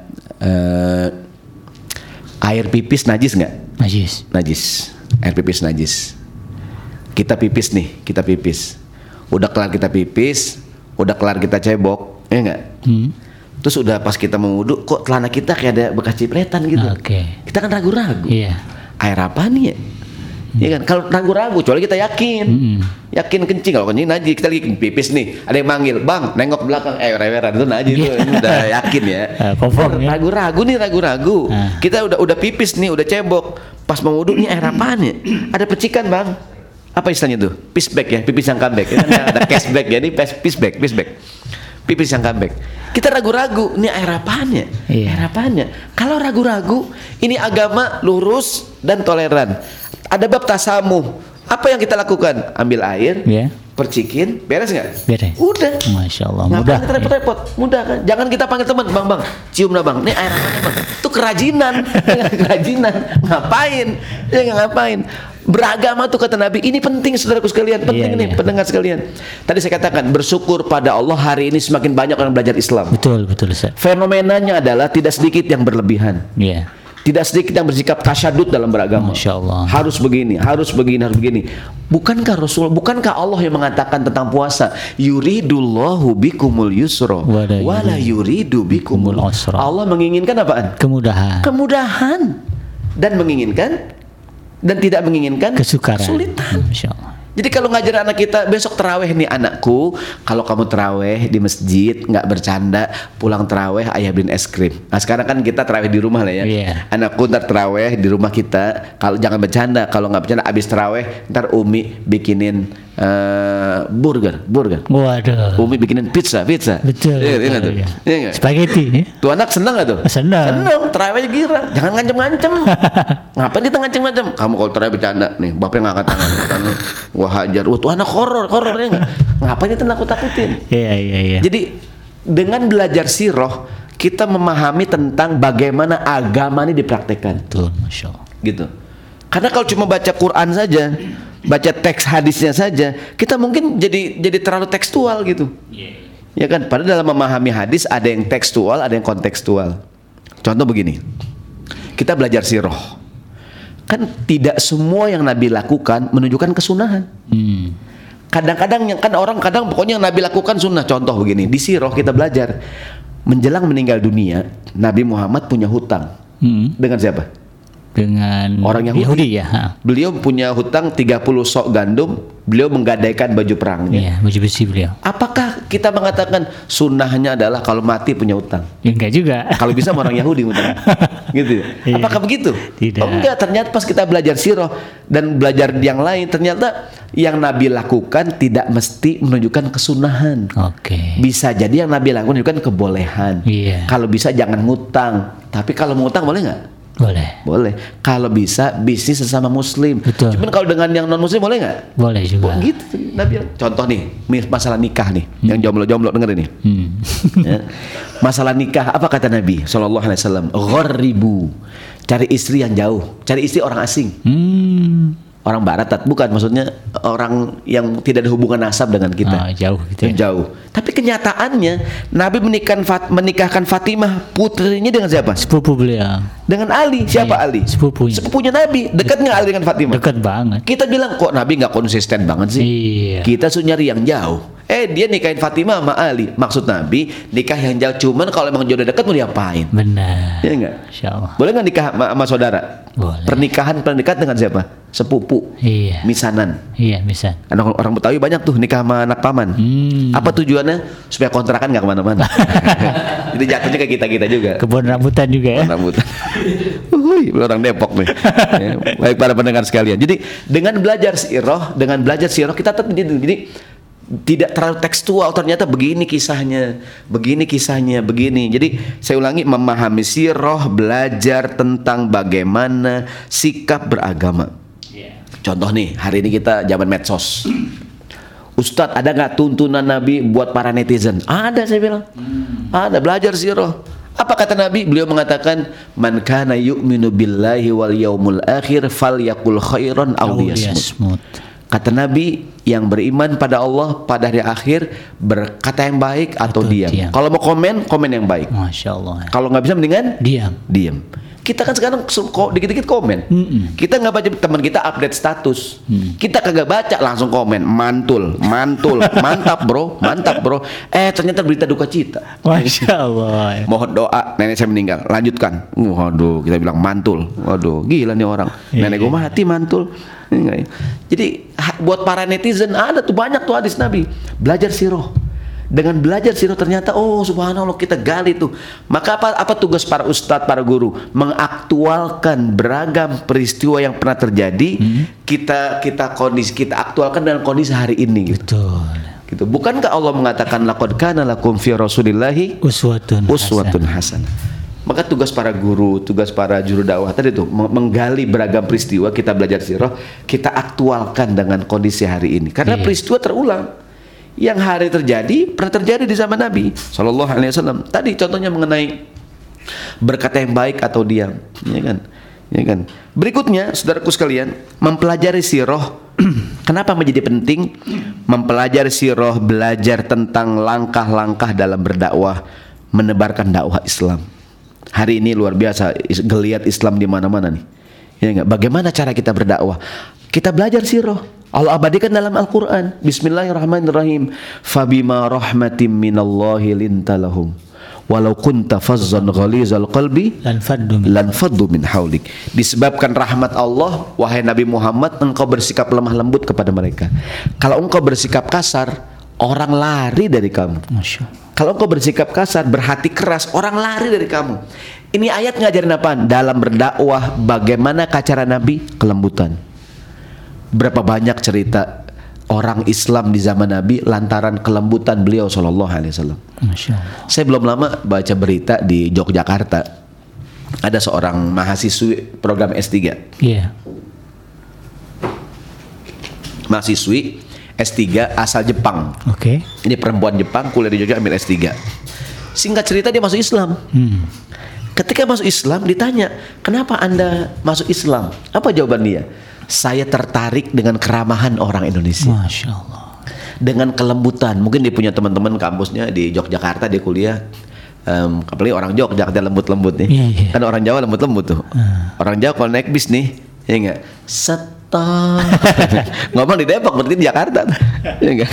S1: air pipis najis nggak? Najis. Air pipis najis. kita pipis nih, kita pipis. Udah kelar kita pipis, udah kelar kita cebok, ya enggak? Terus udah pas kita mau wudu, kok celana kita kayak ada bekas cipretan gitu. Kita kan ragu-ragu.
S2: Iya.
S1: Air apa nih ya? Iya kan? Kalau ragu-ragu, kecuali kita yakin. Yakin kencing, kalau kencing najis, kita lagi pipis nih, ada yang manggil, "Bang, nengok belakang." Reweran itu najis tuh, ini udah yakin ya. Ragu-ragu nih, ragu-ragu. Kita udah pipis nih, udah cebok. Pas mau wudu, nih air apaan ya? Ada percikan, Bang. Apa istilahnya tuh? Pisbag ya, pipis yang comeback. Kan ada cashback ya, ini pisbag. Pipis yang comeback. Kita ragu-ragu, ini air apaan ya? Air apaan ya? Kalau ragu-ragu, ini agama lurus dan toleran. Ada bab tasamuh. Apa yang kita lakukan? Ambil air, percikin, beres nggak?
S2: Beres.
S1: Udah.
S2: Masya Allah.
S1: Ngapain
S2: Mudah.
S1: kita repot-repot? Mudah kan? Jangan kita panggil teman, bang, cium dah bang. Ini air apa bang? Itu kerajinan, kerajinan. Ngapain? Ya nggak ngapain. Beragama tuh kata Nabi. Ini penting saudaraku sekalian. Penting nih pendengar sekalian. Tadi saya katakan bersyukur pada Allah hari ini semakin banyak orang belajar Islam.
S2: Betul Ustaz.
S1: Fenomenanya adalah tidak sedikit yang berlebihan.
S2: Iya.
S1: Tidak sedikit yang bersikap tasyadud dalam beragama.
S2: Masya Allah.
S1: Harus begini, harus begini, harus begini. Bukankah Allah yang mengatakan tentang puasa? Yuridullahu bikumul yusra wala yuridu bikumul usra. Allah menginginkan apaan?
S2: Kemudahan.
S1: Kemudahan. Dan menginginkan dan tidak menginginkan kesulitan.
S2: Masya Allah.
S1: Jadi kalau ngajar anak kita, besok terawih nih anakku, kalau kamu terawih di masjid nggak bercanda, pulang terawih ayah beliin es krim. Nah sekarang kan kita terawih di rumah lah ya. Anakku ntar terawih di rumah kita, kalau jangan bercanda, kalau nggak bercanda abis terawih ntar Umi bikinin burger.
S2: Waduh.
S1: Umi bikinin pizza.
S2: Betul.
S1: Iya.
S2: Spaghetti.
S1: Tuh anak seneng nggak tuh?
S2: Seneng.
S1: Terawih girang. Jangan ngancem-ngancem. Ngapain kita ngancem-ngancem? Kamu kalau terawih bercanda nih, bapaknya ngangkat tangan. Wah hajar. Wah tuh anak horor ya nggak? Ngapain kita nakut-takutin?
S2: Iya.
S1: Jadi dengan belajar sirah kita memahami tentang bagaimana agama ini dipraktekkan.
S2: Betul, Masya Allah.
S1: Gitu. Karena kalau cuma baca Quran saja, baca teks hadisnya saja, kita mungkin jadi terlalu tekstual gitu. Ya kan? Padahal dalam memahami hadis ada yang tekstual, ada yang kontekstual. Contoh begini, kita belajar sirah. Kan tidak semua yang Nabi lakukan menunjukkan kesunahan. Kadang-kadang pokoknya yang Nabi lakukan sunnah. Contoh begini, di sirah kita belajar menjelang meninggal dunia, Nabi Muhammad punya hutang dengan siapa?
S2: Dengan
S1: orang Yahudi
S2: ya.
S1: Beliau punya hutang 30 sok gandum. Beliau menggadaikan baju perangnya.
S2: Iya, baju besi beliau.
S1: Apakah kita mengatakan sunnahnya adalah kalau mati punya hutang?
S2: Ya, enggak juga.
S1: Kalau bisa orang Yahudi hutang. Gitu.
S2: Iya.
S1: Apakah begitu?
S2: Tidak.
S1: Oh enggak, ternyata pas kita belajar sirah dan belajar yang lain, ternyata yang Nabi lakukan tidak mesti menunjukkan kesunahan.
S2: Oke.
S1: Bisa jadi yang Nabi lakukan menunjukkan kebolehan.
S2: Iya.
S1: Kalau bisa jangan ngutang. Tapi kalau ngutang boleh nggak? Boleh. Kalau bisa bisnis sesama muslim.
S2: Betul.
S1: Cuman kalau dengan yang non muslim boleh nggak?
S2: Boleh juga.
S1: Gitu Nabi. Contoh nih, masalah nikah nih. Yang jomblo dengerin nih. Ya. Masalah nikah, apa kata Nabi sallallahu alaihi wasallam? Gharribu. Cari istri yang jauh, cari istri orang asing. Orang barat, bukan maksudnya orang yang tidak ada hubungan nasab dengan kita.
S2: Jauh gitu ya.
S1: Jauh. Tapi kenyataannya Nabi menikahkan Fatimah putrinya dengan siapa?
S2: Sepupu beliau.
S1: Dengan Ali. Siapa Ali? Sepupunya Nabi. Dekat nggak Ali dengan Fatimah?
S2: Dekat banget.
S1: Kita bilang kok Nabi nggak konsisten banget sih.
S2: Iya.
S1: Kita suruh nyari yang jauh. Dia nikahin Fatimah sama Ali. Maksud Nabi nikah yang jauh. Cuman kalau emang jodoh dekat mau diapain?
S2: Benar.
S1: Iya nggak?
S2: Insyaallah.
S1: Boleh nggak nikah sama saudara?
S2: Boleh.
S1: Pernikahan dekat dengan siapa? Sepupu.
S2: Iya.
S1: Misanan.
S2: Iya, misan.
S1: Orang Betawi banyak tuh nikah sama anak paman. Apa tujuannya? Supaya kontrakan nggak kemana-mana. Jadi jatuhnya ke kita juga.
S2: Kebun rambutan juga ya.
S1: Kebun rambutan. Orang Depok nih. Ya, baik para pendengar sekalian. Jadi dengan belajar sirah kita tetap jadi tidak terlalu tekstual. Ternyata begini kisahnya. Jadi saya ulangi, memahami sirah, belajar tentang bagaimana sikap beragama. Contoh nih, hari ini kita zaman medsos. Ustadz, ada nggak tuntunan Nabi buat para netizen? Ada, saya bilang. Ada, belajar sirah. Apa kata Nabi? Beliau mengatakan, man kana yu'minu billahi wal yaumul akhir falyakul khairan aw liyasmut. Kata Nabi, yang beriman pada Allah pada hari akhir berkata yang baik atau diam. Kalau mau komen yang baik.
S2: Masya Allah.
S1: Kalau nggak bisa mendingan
S2: diam.
S1: Kita kan sekarang dikit-dikit komen. Kita nggak baca, teman kita update status. Kita kagak baca, langsung komen mantul, mantap bro. Ternyata berita duka cita.
S2: Masya Allah.
S1: Mohon doa, nenek saya meninggal. Lanjutkan. Waduh, kita bilang mantul. Waduh, gila nih orang. Nenek gue mati mantul. Jadi buat para netizen ada tuh banyak tuh hadis Nabi. Belajar sirah. Dengan belajar sirah ternyata subhanallah kita gali tuh. Maka apa tugas para ustadz, para guru? Mengaktualkan beragam peristiwa yang pernah terjadi. Kita aktualkan dengan kondisi hari ini.
S2: Betul.
S1: Gitu. Bukankah Allah mengatakan laqad kana lakum fi rasulillahi uswatun hasanah. Maka tugas para guru, tugas para juru dakwah tadi tuh menggali beragam peristiwa, kita belajar sirah, kita aktualkan dengan kondisi hari ini. Karena peristiwa terulang. Yang hari terjadi pernah terjadi di zaman Nabi Shallallahu Alaihi Wasallam. Tadi contohnya mengenai berkata yang baik atau diam, ya kan. Berikutnya, saudaraku sekalian, mempelajari sirah. Kenapa menjadi penting? Mempelajari sirah, belajar tentang langkah-langkah dalam berdakwah, menebarkan dakwah Islam. Hari ini luar biasa geliat Islam di mana-mana nih. Ya enggak? Bagaimana cara kita berdakwah? Kita belajar sirah. Allah abadikan dalam Al-Quran. Bismillahirrahmanirrahim. Fabima rahmatim minallahi lintalahum. Walau kunta fazzan ghalizal qalbi lan faddu min haulik. Disebabkan rahmat Allah, wahai Nabi Muhammad, engkau bersikap lemah lembut kepada mereka. Kalau engkau bersikap kasar, orang lari dari kamu. Kalau engkau bersikap kasar, berhati keras, orang lari dari kamu. Ini ayat ngajarin apaan? Dalam berdakwah, bagaimana cara Nabi? Kelembutan. Berapa banyak cerita orang Islam di zaman Nabi lantaran kelembutan beliau Shallallahu Alaihi Wasallam. Saya belum lama baca berita di Yogyakarta, ada seorang mahasiswi program S3. Mahasiswi S3 asal Jepang. Ini perempuan Jepang, kuliah di Jogja, ambil S3. Singkat cerita dia masuk Islam. Ketika masuk Islam ditanya, kenapa Anda masuk Islam? Apa jawaban dia? Saya tertarik dengan keramahan orang Indonesia.
S2: Masya Allah.
S1: Dengan kelembutan. Mungkin dia punya teman-teman kampusnya di Yogyakarta, dia kuliah. Apalagi orang Yogyakarta lembut-lembut nih. Kan orang Jawa lembut-lembut tuh. Orang Jawa kalau naik bis nih, ya enggak? Stop. Ngomong di Depok, berarti di Jakarta. Ya enggak?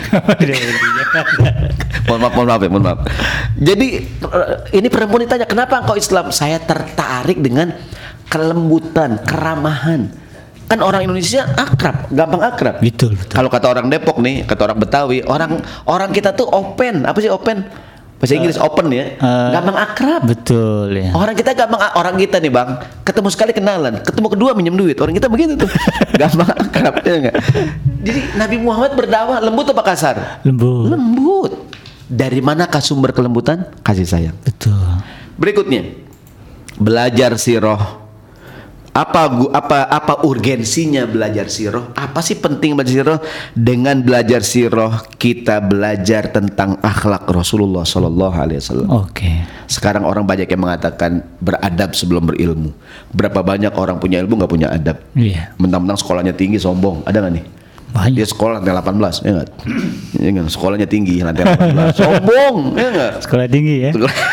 S1: Mohon maaf. Jadi ini perempuan ditanya, kenapa engkau Islam? Saya tertarik dengan kelembutan, keramahan. Kan orang Indonesia akrab, gampang akrab.
S2: Betul.
S1: Kalau kata orang Depok nih, kata orang Betawi, orang kita tuh open. Apa sih open? Bahasa Inggris open ya. Gampang akrab.
S2: Betul ya.
S1: Orang kita nih Bang, ketemu sekali kenalan, ketemu kedua minjem duit. Orang kita begitu tuh. Gampang akrab ya enggak? Jadi Nabi Muhammad berdakwah lembut apa kasar? Lembut. Dari manakah sumber kelembutan? Kasih sayang.
S2: Betul.
S1: Berikutnya, belajar sirah. Apa urgensinya belajar sirah? Apa sih penting belajar sirah? Dengan belajar sirah kita belajar tentang akhlak Rasulullah Sallallahu Alaihi Wasallam. Sekarang orang banyak yang mengatakan beradab sebelum berilmu. Berapa banyak orang punya ilmu nggak punya adab? Mentang-mentang sekolahnya tinggi sombong. Ada nggak nih?
S2: Banyak.
S1: Dia sekolah lantai 18, ya nggak? Ya nggak? Sekolahnya tinggi lantai 18, sombong, ya nggak?
S2: Sekolah tinggi ya.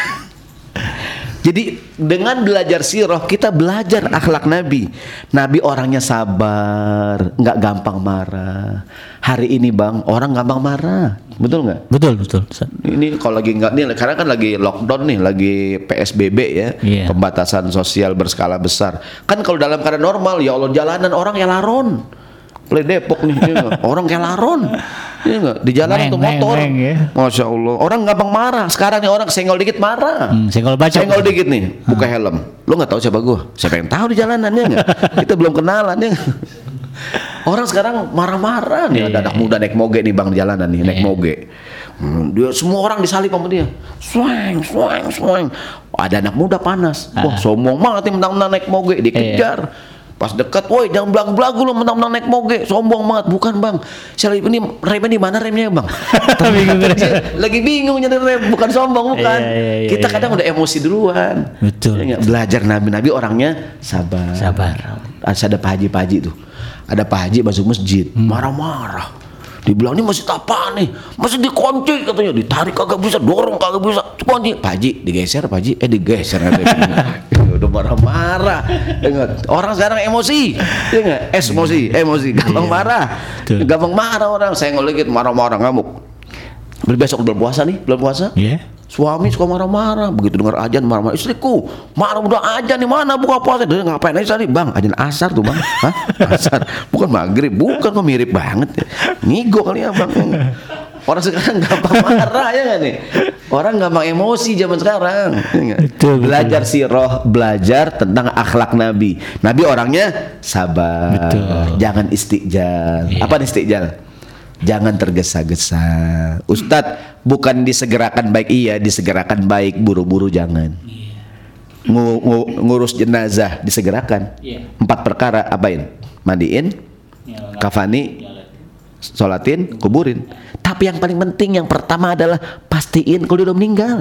S1: Jadi dengan belajar sirah kita belajar akhlak Nabi. Nabi orangnya sabar, nggak gampang marah. Hari ini Bang, orang gampang marah, betul nggak?
S2: Betul.
S1: Ini kalau lagi nggak nih, karena kan lagi lockdown nih, lagi PSBB ya, pembatasan sosial berskala besar. Kan kalau dalam keadaan normal, ya Allah jalanan orang ya laron. Play Depok nih, ya orang kayak laron, ya nggak? Di jalan tuh motor,
S2: ya.
S1: Masya Allah, orang gampang marah. Sekarang nih orang senggol dikit marah, senggol dikit nih, buka helm. Lo nggak tahu siapa gue? Siapa yang tahu di jalanan ya nggak? Kita belum kenalan ya. Orang sekarang marah-marah nih, ada anak muda naik moge nih Bang di jalanan nih, naik moge. Dia semua orang disalip sama dia. Swang. Ada anak muda panas. Wah, sombong banget nih mentang-mentang naik moge, dikejar. Pas dekat, woi jangan belagu-belagu lu mentang-mentang naik moge, sombong banget. Bukan Bang, saya ini remnya di mana remnya Bang? Lagi bingung nyari rem, bukan sombong, bukan. Kita kadang udah emosi duluan.
S2: Betul.
S1: Ya, belajar Nabi orangnya sabar. Ada Pak Haji tuh. Ada Pak Haji masuk masjid, marah-marah. Dibilang ini masjid apa nih? Masih dikunci katanya, ditarik kagak bisa, dorong kagak bisa, kunci. Pak Haji digeser, Pak Haji digeser. udah marah-marah. Ingat, orang sekarang emosi, ya nggak? Emosi, gampang marah, gampang marah orang. Saya ngeligit marah-marah ngamuk. Besok bulan puasa,
S2: Iya.
S1: suami suka marah-marah, begitu dengar azan marah-marah, istriku marah udah azan nih, mana buka puasa, dia ngapain aja tadi bang, azan asar tuh bang, hah? Asar, bukan maghrib, bukan, kok mirip banget ya, ngigo kali ya bang. Orang sekarang gampang marah ya nggak nih, orang gampang emosi zaman sekarang, ya nggak?
S2: Betul.
S1: Belajar sirah, belajar tentang akhlak Nabi. Nabi orangnya sabar,
S2: Betul.
S1: jangan istiqjal.
S2: Iya.
S1: Apa nih istiqjal? Jangan tergesa-gesa. Ustadz, bukan disegerakan baik, iya disegerakan baik, buru-buru jangan. Ngurus jenazah disegerakan. 4 perkara, apain? Mandiin, kafani, sholatin, kuburin. Tapi yang paling penting, yang pertama adalah pastiin kalau dia udah meninggal.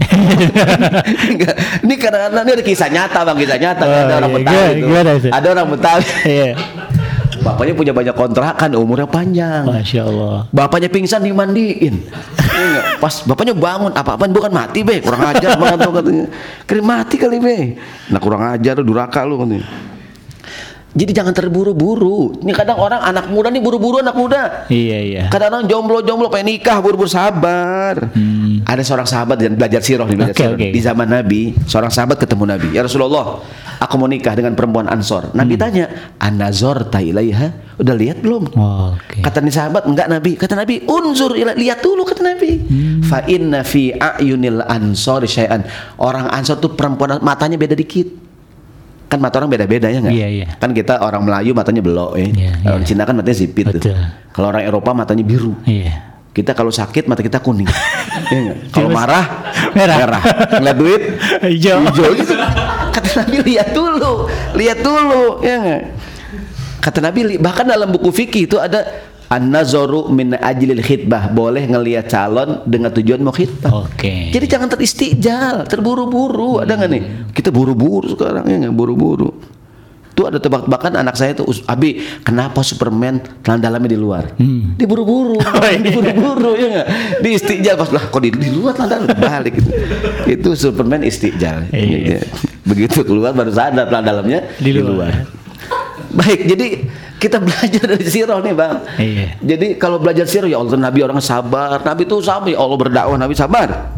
S1: Ini kadang-kadang ini ada kisah nyata bang, kisah nyata. Ada orang Betawi itu. Ada orang Betawi.
S2: Iya.
S1: Bapaknya punya banyak kontrakan, umurnya panjang.
S2: Masya Allah.
S1: Bapaknya pingsan dimandiin. Iya, pas bapaknya bangun, apa-apaan bukan mati be, kurang ajar banget tuh katanya. Kira mati kali be. Nah kurang ajar, duraka lu katanya. Jadi jangan terburu-buru. Ini kadang orang anak muda nih buru-buru anak muda.
S2: Iya.
S1: Kadang-kadang jomblo pengen nikah buru-buru, sabar. Ada seorang sahabat dan belajar sirah nih, di zaman Nabi, seorang sahabat ketemu Nabi. Ya Rasulullah, aku mau nikah dengan perempuan Ansor. Nabi tanya, "An-nazarta ilaiha?" Udah lihat belum? Kata nih sahabat, enggak Nabi. Kata Nabi, "Unzur lihat dulu," kata Nabi. Fa inna fi a'yunil ansor syai'an. Orang Ansor tuh perempuan matanya beda dikit. Kan mata orang beda-beda ya nggak?
S2: Iya.
S1: Kan kita orang Melayu matanya belok ya. Orang Cina kan matanya sipit tuh. Kalau orang Eropa matanya biru.
S2: Iya.
S1: Kita kalau sakit mata kita kuning. Ya, kalau marah merah. Ngeliat duit
S2: hijau
S1: gitu. Kata Nabi lihat dulu, ya nggak? Kata Nabi bahkan dalam buku fikih itu ada an-nazaru min ajlil khitbah, boleh ngelihat calon dengan tujuan mau khitbah. Jadi jangan teristiqjal, terburu-buru. Ada nggak nih? Kita buru-buru sekarang ya nggak, buru-buru. Tuh ada tebak-tebakan anak saya tuh, Abi, kenapa Superman celana dalamnya di luar? Diburu-buru, diburu-buru ya nggak? Di istiqjal pas lah, kok di luar celana dalam balik gitu. Itu Superman istiqjal. Begitu keluar baru sadar celana dalamnya di luar. Baik, jadi kita belajar dari sirah nih bang. Jadi kalau belajar sirah, ya Allah, Nabi orang sabar. Nabi tuh sabar, ya Allah berdakwah, Nabi sabar.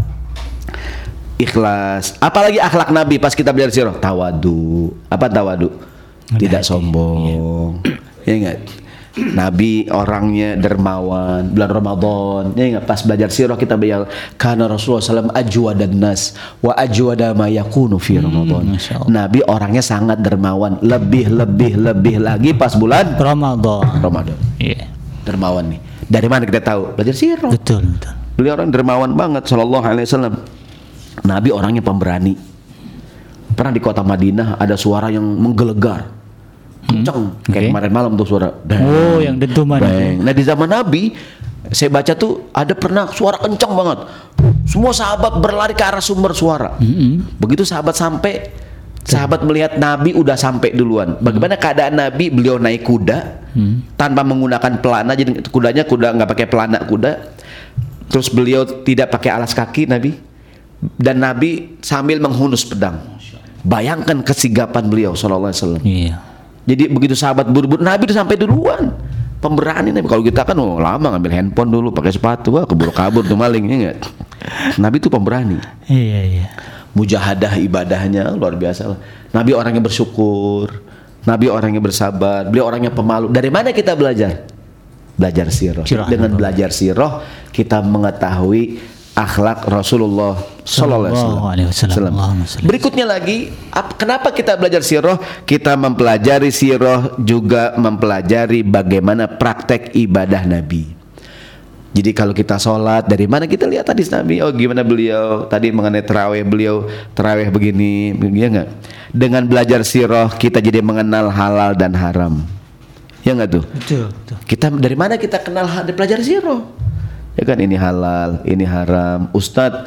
S1: Ikhlas. Apalagi akhlak Nabi pas kita belajar sirah, tawadu. Apa tawadu? Tidak sombong. Ya enggak? Nabi orangnya dermawan. Bulan Ramadan, ya enggak? Pas belajar sirah kita belajar karena Rasulullah SAW ajwadan nas wa ajwada ma yakunu fi Ramadan. Nabi orangnya sangat dermawan, lebih lagi pas bulan Ramadan. Iya. Dermawan nih. Dari mana kita tahu? Belajar sirah.
S2: Betul.
S1: Beliau orang dermawan banget sallallahu alaihi wasallam. Nabi orangnya pemberani. Pernah di kota Madinah ada suara yang menggelegar, kencang, kayak kemarin malam tuh suara. Bang,
S2: yang dentuman.
S1: Nah di zaman Nabi, saya baca tuh ada pernah suara kencang banget. Semua sahabat berlari ke arah sumber suara. Begitu sahabat sampai, sahabat melihat Nabi udah sampai duluan. Bagaimana keadaan Nabi? Beliau naik kuda tanpa menggunakan pelana, jadi kuda nggak pakai pelana kuda. Terus beliau tidak pakai alas kaki Nabi, dan Nabi sambil menghunus pedang. Bayangkan kesigapan beliau sallallahu alaihi wasallam. Iya. Jadi begitu sahabat buru-buru, Nabi udah sampai duluan. Pemberani Nabi. Kalau kita kan lama ngambil handphone dulu, pakai sepatu, keburu kabur tuh maling, ya enggak? Nabi itu pemberani. Iya. Mujahadah ibadahnya luar biasa lah. Nabi orangnya bersyukur, Nabi orangnya bersabar, beliau orangnya pemalu. Dari mana kita belajar? Belajar sirah. Dengan belajar sirah kita mengetahui akhlak Rasulullah sallallahu alaihi wasallam. Berikutnya lagi, kenapa kita belajar sirah? Kita mempelajari sirah juga mempelajari bagaimana praktek ibadah Nabi. Jadi kalau kita sholat, dari mana kita lihat hadis Nabi? Oh gimana beliau tadi mengenai tarawih, beliau tarawih begini, ya enggak? Dengan belajar sirah kita jadi mengenal halal dan haram. Ya enggak tuh? Betul. Kita dari mana kita kenal belajar sirah? Ya kan, ini halal, ini haram. Ustadz,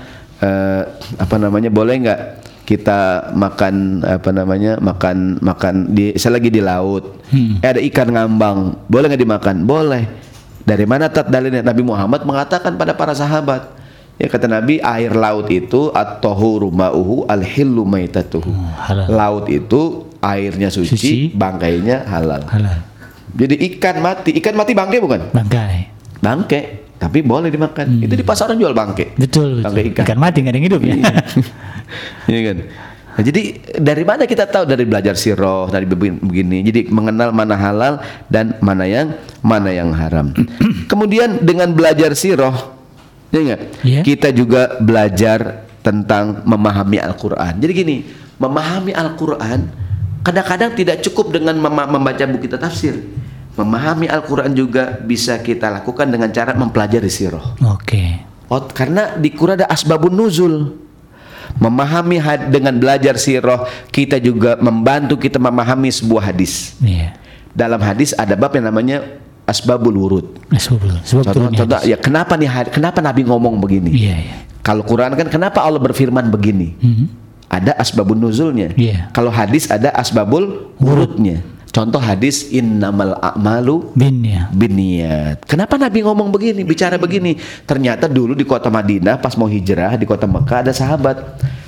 S1: boleh nggak kita makan makan di, saya lagi di laut, ada ikan ngambang, boleh nggak dimakan? Boleh. Dari mana dalilnya? Nabi Muhammad mengatakan pada para sahabat, Ya kata Nabi, air laut itu at-tahuru ma'uhu al-hillu maitatuhu.
S2: Halal.
S1: Laut itu airnya suci, bangkainya halal.
S2: Halal.
S1: Jadi ikan mati bangkai bukan?
S2: Bangkai.
S1: Bangkai, tapi boleh dimakan. Itu di pasaran jual bangkai.
S2: Betul.
S1: Bangkai ikan.
S2: Ikan mati nggak ada yang hidup ya.
S1: Iya kan? Nah, jadi dari mana kita tahu? Dari belajar sirah, dari begini. Jadi mengenal mana halal dan mana yang haram. Kemudian dengan belajar sirah, ya enggak?
S2: Yeah.
S1: Kita juga belajar tentang memahami Al-Qur'an. Jadi gini, memahami Al-Qur'an kadang-kadang tidak cukup dengan membaca buku kita tafsir. Memahami Al-Qur'an juga bisa kita lakukan dengan cara mempelajari sirah.
S2: Oke.
S1: Karena di Qur'an ada asbabun nuzul. Memahami dengan belajar sirah, kita juga membantu kita memahami sebuah hadis.
S2: Iya.
S1: Dalam hadis ada bab yang namanya asbabul wurud. Contoh ya, kenapa Nabi ngomong begini?
S2: Iya.
S1: Kalau Quran kan kenapa Allah berfirman begini? Ada asbabun nuzulnya.
S2: Iya.
S1: Kalau hadis ada asbabul wurudnya. Contoh hadis innamal a'malu binniyat. Kenapa Nabi ngomong begini, bicara begini? Ternyata dulu di kota Madinah pas mau hijrah di kota Mekah ada sahabat.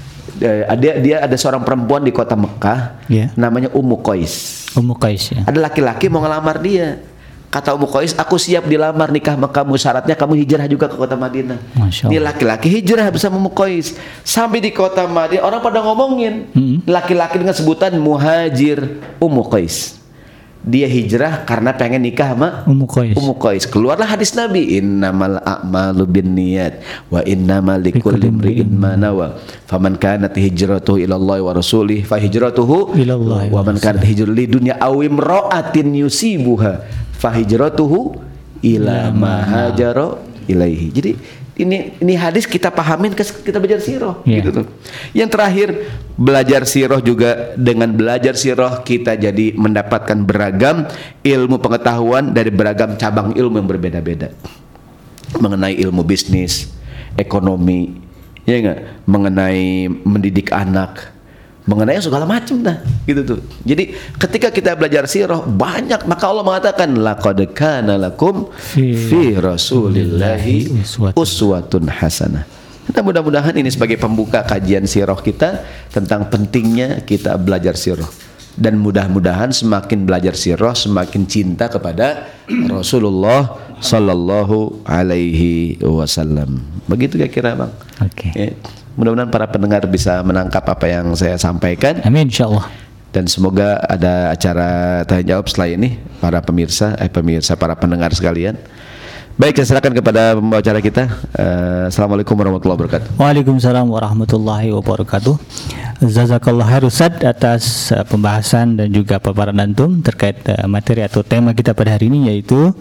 S1: Dia ada seorang perempuan di kota Mekah, namanya Ummu Qais.
S2: Ummu Qais ya.
S1: Ada laki-laki mau ngelamar dia. Kata Ummu Qais, aku siap dilamar, nikah sama kamu, syaratnya kamu hijrah juga ke kota Madinah. Ini laki-laki hijrah bersama Ummu Qais. Sampai di kota Madinah orang pada ngomongin laki-laki dengan sebutan muhajir Ummu Qais. Dia hijrah karena pengen nikah sama
S2: Ummu Qais.
S1: Keluarlah hadis Nabi, innamal a'malu binniyat wa innamal likulli imri'in ma nawa. Faman kanat hijratuhu ila Allah wa rasulih fa hijratuhu ila Allah. Wa man kanat hijratuhu lidunya aw imra'atin yusibuha fa hijratuhu ila ma hajara ilaihi. Jadi ini hadis kita pahamin, kita belajar sirah gitu tuh. Yang terakhir, belajar sirah juga, dengan belajar sirah kita jadi mendapatkan beragam ilmu pengetahuan dari beragam cabang ilmu yang berbeda-beda. Mengenai ilmu bisnis, ekonomi, ya enggak? Mengenai mendidik anak, mengenai segala macam dah gitu tuh. Jadi ketika kita belajar sirah banyak, maka Allah mengatakan laqad kana lakum fi rasulillahi uswatun hasanah. Nah, mudah-mudahan ini sebagai pembuka kajian sirah kita tentang pentingnya kita belajar sirah, dan mudah-mudahan semakin belajar sirah semakin cinta kepada Rasulullah sallallahu alaihi wasallam. Begitu kira-kira Bang.
S2: Oke.
S1: Ya. Mudah-mudahan para pendengar bisa menangkap apa yang saya sampaikan.
S2: Amin, insyaallah.
S1: Dan semoga ada acara tanya jawab setelah ini para pemirsa, para pendengar sekalian. Baik, saya silakan kepada pembawa acara kita. Assalamualaikum warahmatullahi wabarakatuh.
S2: Waalaikumsalam warahmatullahi wabarakatuh. Jazakallah khair Ustaz atas pembahasan dan juga paparan antum terkait materi atau tema kita pada hari ini, yaitu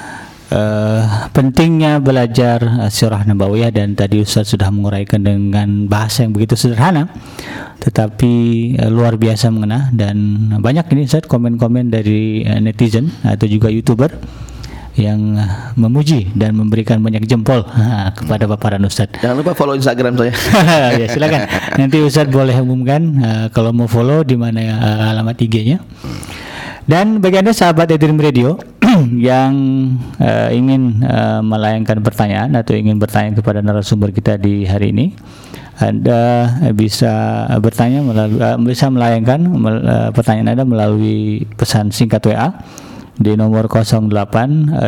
S2: pentingnya belajar sirah nabawiyah. Dan tadi Ustaz sudah menguraikan dengan bahasa yang begitu sederhana tetapi luar biasa mengena, dan banyak ini Ustaz komen-komen dari netizen atau juga YouTuber yang memuji dan memberikan banyak jempol kepada paparan Ustaz.
S1: Jangan lupa follow Instagram saya.
S2: Ya, silakan. Nanti Ustaz boleh umumkan kalau mau follow di mana alamat IG-nya. Dan bagi Anda sahabat iDream Radio yang ingin melayangkan pertanyaan atau ingin bertanya kepada narasumber kita di hari ini, Anda bisa bertanya bisa melayangkan pertanyaan Anda melalui pesan singkat WA di nomor 0822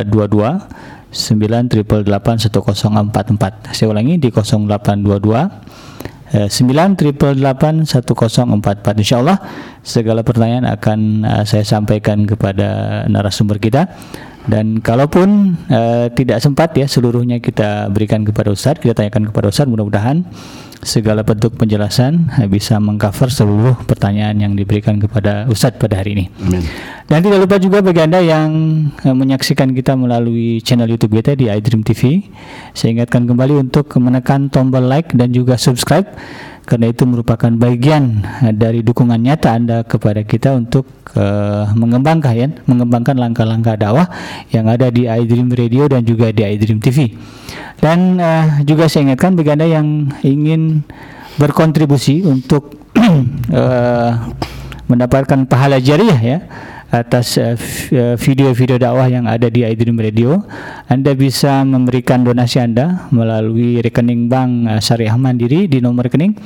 S2: 9881044. Saya ulangi, di 0822 9881044. Insyaallah segala pertanyaan akan saya sampaikan kepada narasumber kita. Dan kalaupun tidak sempat ya seluruhnya kita berikan kepada Ustadz, kita tanyakan kepada Ustadz, mudah-mudahan segala bentuk penjelasan bisa mengcover seluruh pertanyaan yang diberikan kepada Ustadz pada hari ini.
S1: Amin.
S2: Dan tidak lupa juga bagi Anda yang menyaksikan kita melalui channel YouTube kita di iDream TV, saya ingatkan kembali untuk menekan tombol like dan juga subscribe, karena itu merupakan bagian dari dukungan nyata Anda kepada kita untuk mengembangkan langkah-langkah dakwah yang ada di iDream Radio dan juga di iDream TV. Dan juga saya ingatkan bagi Anda yang ingin berkontribusi untuk mendapatkan pahala jariah ya atas video-video dakwah yang ada di iDream Radio. Anda bisa memberikan donasi Anda melalui rekening Bank Syariah Mandiri di nomor rekening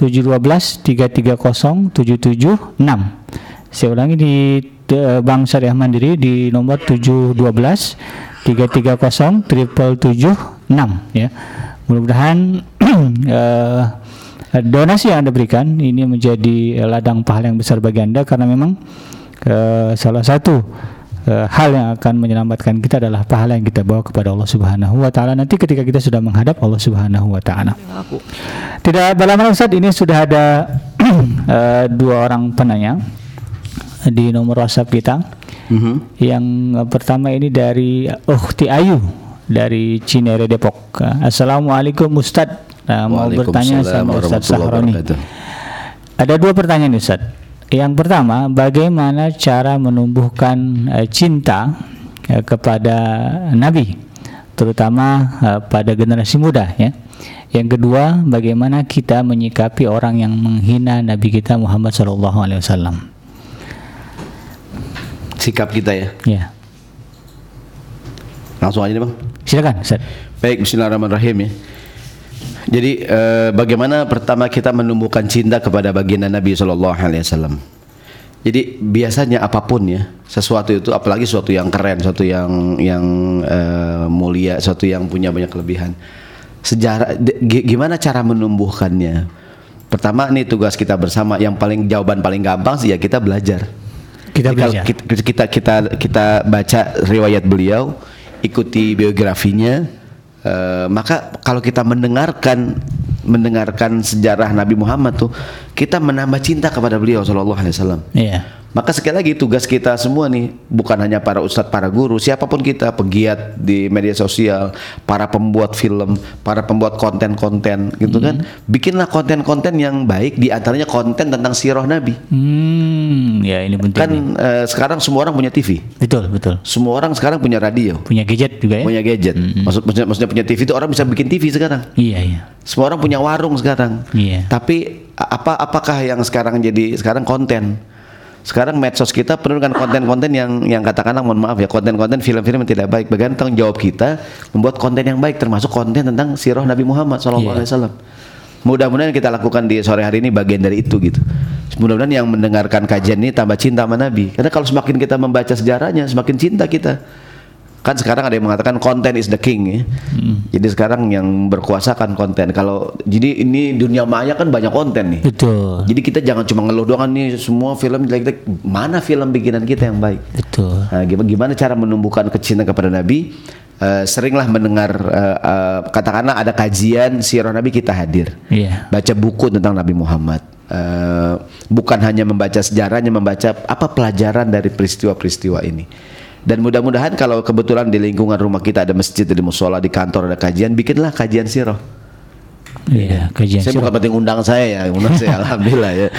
S2: 712-330-776. Saya ulangi, di Bank Syariah Mandiri di nomor 712-330-776 ya. Mudah-mudahan donasi yang Anda berikan ini menjadi ladang pahala yang besar bagi Anda, karena memang salah satu hal yang akan menyelamatkan kita adalah pahala yang kita bawa kepada Allah Subhanahu wa taala nanti ketika kita sudah menghadap Allah Subhanahu wa taala. Tidak berlama Ustaz, ini sudah ada 2 orang penanya di nomor WhatsApp kita. Yang pertama ini dari Ukhti Ayu dari Cinere Depok. Assalamualaikum Ustaz. Mau bertanya sama Ustaz Sahroni. Ada 2 pertanyaan Ustaz. Yang pertama, bagaimana cara menumbuhkan cinta kepada Nabi, terutama pada generasi muda ya. Yang kedua, bagaimana kita menyikapi orang yang menghina Nabi kita Muhammad SAW.
S1: Sikap kita ya.
S2: Ya.
S1: Langsung aja nih Bang.
S2: Silakan Ustaz.
S1: Baik, bismillahirrahmanirrahim ya. Jadi bagaimana pertama kita menumbuhkan cinta kepada baginda Nabi SAW. Jadi biasanya apapun ya, sesuatu itu, apalagi sesuatu yang keren, sesuatu yang mulia, sesuatu yang punya banyak kelebihan. Sejarah, gimana cara menumbuhkannya? Pertama nih tugas kita bersama, yang jawaban paling gampang sih ya kita belajar. Kita baca riwayat beliau, ikuti biografinya. Maka kalau kita mendengarkan sejarah Nabi Muhammad tuh, kita menambah cinta kepada beliau Sallallahu Alaihi Wasallam. Iya. Maka sekali lagi tugas kita semua nih, bukan hanya para ustadz, para guru, siapapun kita, pegiat di media sosial, para pembuat film, para pembuat konten-konten gitu kan, bikinlah konten-konten yang baik, di antaranya konten tentang sirah Nabi.
S2: Ya ini penting.
S1: Kan sekarang semua orang punya TV.
S2: Betul.
S1: Semua orang sekarang punya radio.
S2: Punya gadget juga ya.
S1: Punya gadget. Maksudnya punya TV itu orang bisa bikin TV sekarang.
S2: Iya.
S1: Semua orang punya warung sekarang.
S2: Iya.
S1: Tapi apakah yang sekarang konten? Sekarang medsos kita penuh dengan konten-konten yang katakanlah, mohon maaf ya, konten-konten film-film yang tidak baik. Bagaimana tanggung jawab kita membuat konten yang baik, termasuk konten tentang sirah Nabi Muhammad SAW. Mudah-mudahan kita lakukan di sore hari ini bagian dari itu gitu. Mudah-mudahan yang mendengarkan kajian ini tambah cinta sama Nabi. Karena kalau semakin kita membaca sejarahnya, semakin cinta kita. Kan sekarang ada yang mengatakan konten is the king ya. Jadi sekarang yang berkuasa kan konten. Jadi ini dunia maya kan banyak konten nih.
S2: Betul.
S1: Jadi kita jangan cuma ngeluh doang nih semua film jelek-jelek. Mana film bikinan kita yang baik?
S2: Betul.
S1: Nah, gimana cara menumbuhkan kecintaan kepada Nabi? Seringlah mendengar katakanlah ada kajian sirah Nabi, kita hadir. Baca buku tentang Nabi Muhammad. Bukan hanya membaca sejarahnya, membaca apa pelajaran dari peristiwa-peristiwa ini. Dan mudah-mudahan kalau kebetulan di lingkungan rumah kita ada masjid, di musola, di kantor ada kajian, bikinlah kajian sirah.
S2: Iya, kajian
S1: saya
S2: sirah.
S1: bukan penting undang saya alhamdulillah ya.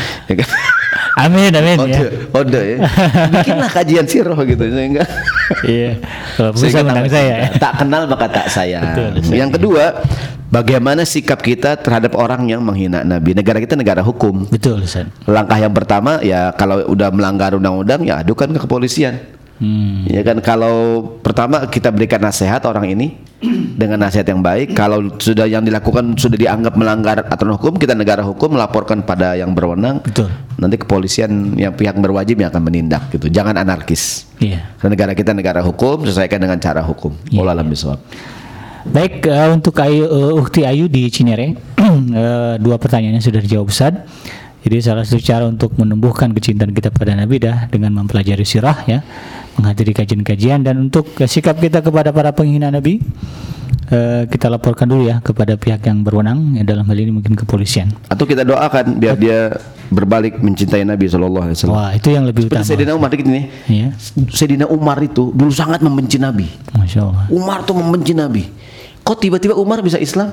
S2: Amin
S1: Ode ya. Bikinlah kajian sirah gitu sehingga.
S2: Iya. Kalau bisa undang saya.
S1: Tak kenal maka tak sayang.
S2: Betul,
S1: yang kedua, bagaimana sikap kita terhadap orang yang menghina Nabi? Negara kita negara hukum.
S2: Betul, Ustaz.
S1: Langkah yang pertama ya, kalau udah melanggar undang-undang ya adukan ke kepolisian. Ya kan, kalau pertama kita berikan nasihat orang ini dengan nasihat yang baik. Kalau sudah yang dilakukan sudah dianggap melanggar aturan hukum, kita negara hukum melaporkan pada yang berwenang.
S2: Betul.
S1: Nanti kepolisian yang pihak berwajib yang akan menindak gitu. Jangan anarkis.
S2: Iya.
S1: Karena negara kita negara hukum, sesuaikan dengan cara hukum. Wallahu a'lam bishawab.
S2: Baik, untuk Ukhti Ayu di Cinere, 2 pertanyaannya sudah dijawab Ustaz. Jadi salah satu cara untuk menumbuhkan kecintaan kita pada Nabi dah dengan mempelajari sirah ya, menghadiri kajian-kajian, dan untuk sikap kita kepada para penghina Nabi kita laporkan dulu ya kepada pihak yang berwenang ya, dalam hal ini mungkin kepolisian.
S1: Atau kita doakan biar dia berbalik mencintai Nabi SAW.
S2: Wah, itu yang lebih utama.
S1: Sayyidina Umar dikit nih.
S2: Iya.
S1: Sayyidina Umar itu dulu sangat membenci Nabi.
S2: Masya Allah.
S1: Umar tuh membenci Nabi. Kok tiba-tiba Umar bisa Islam?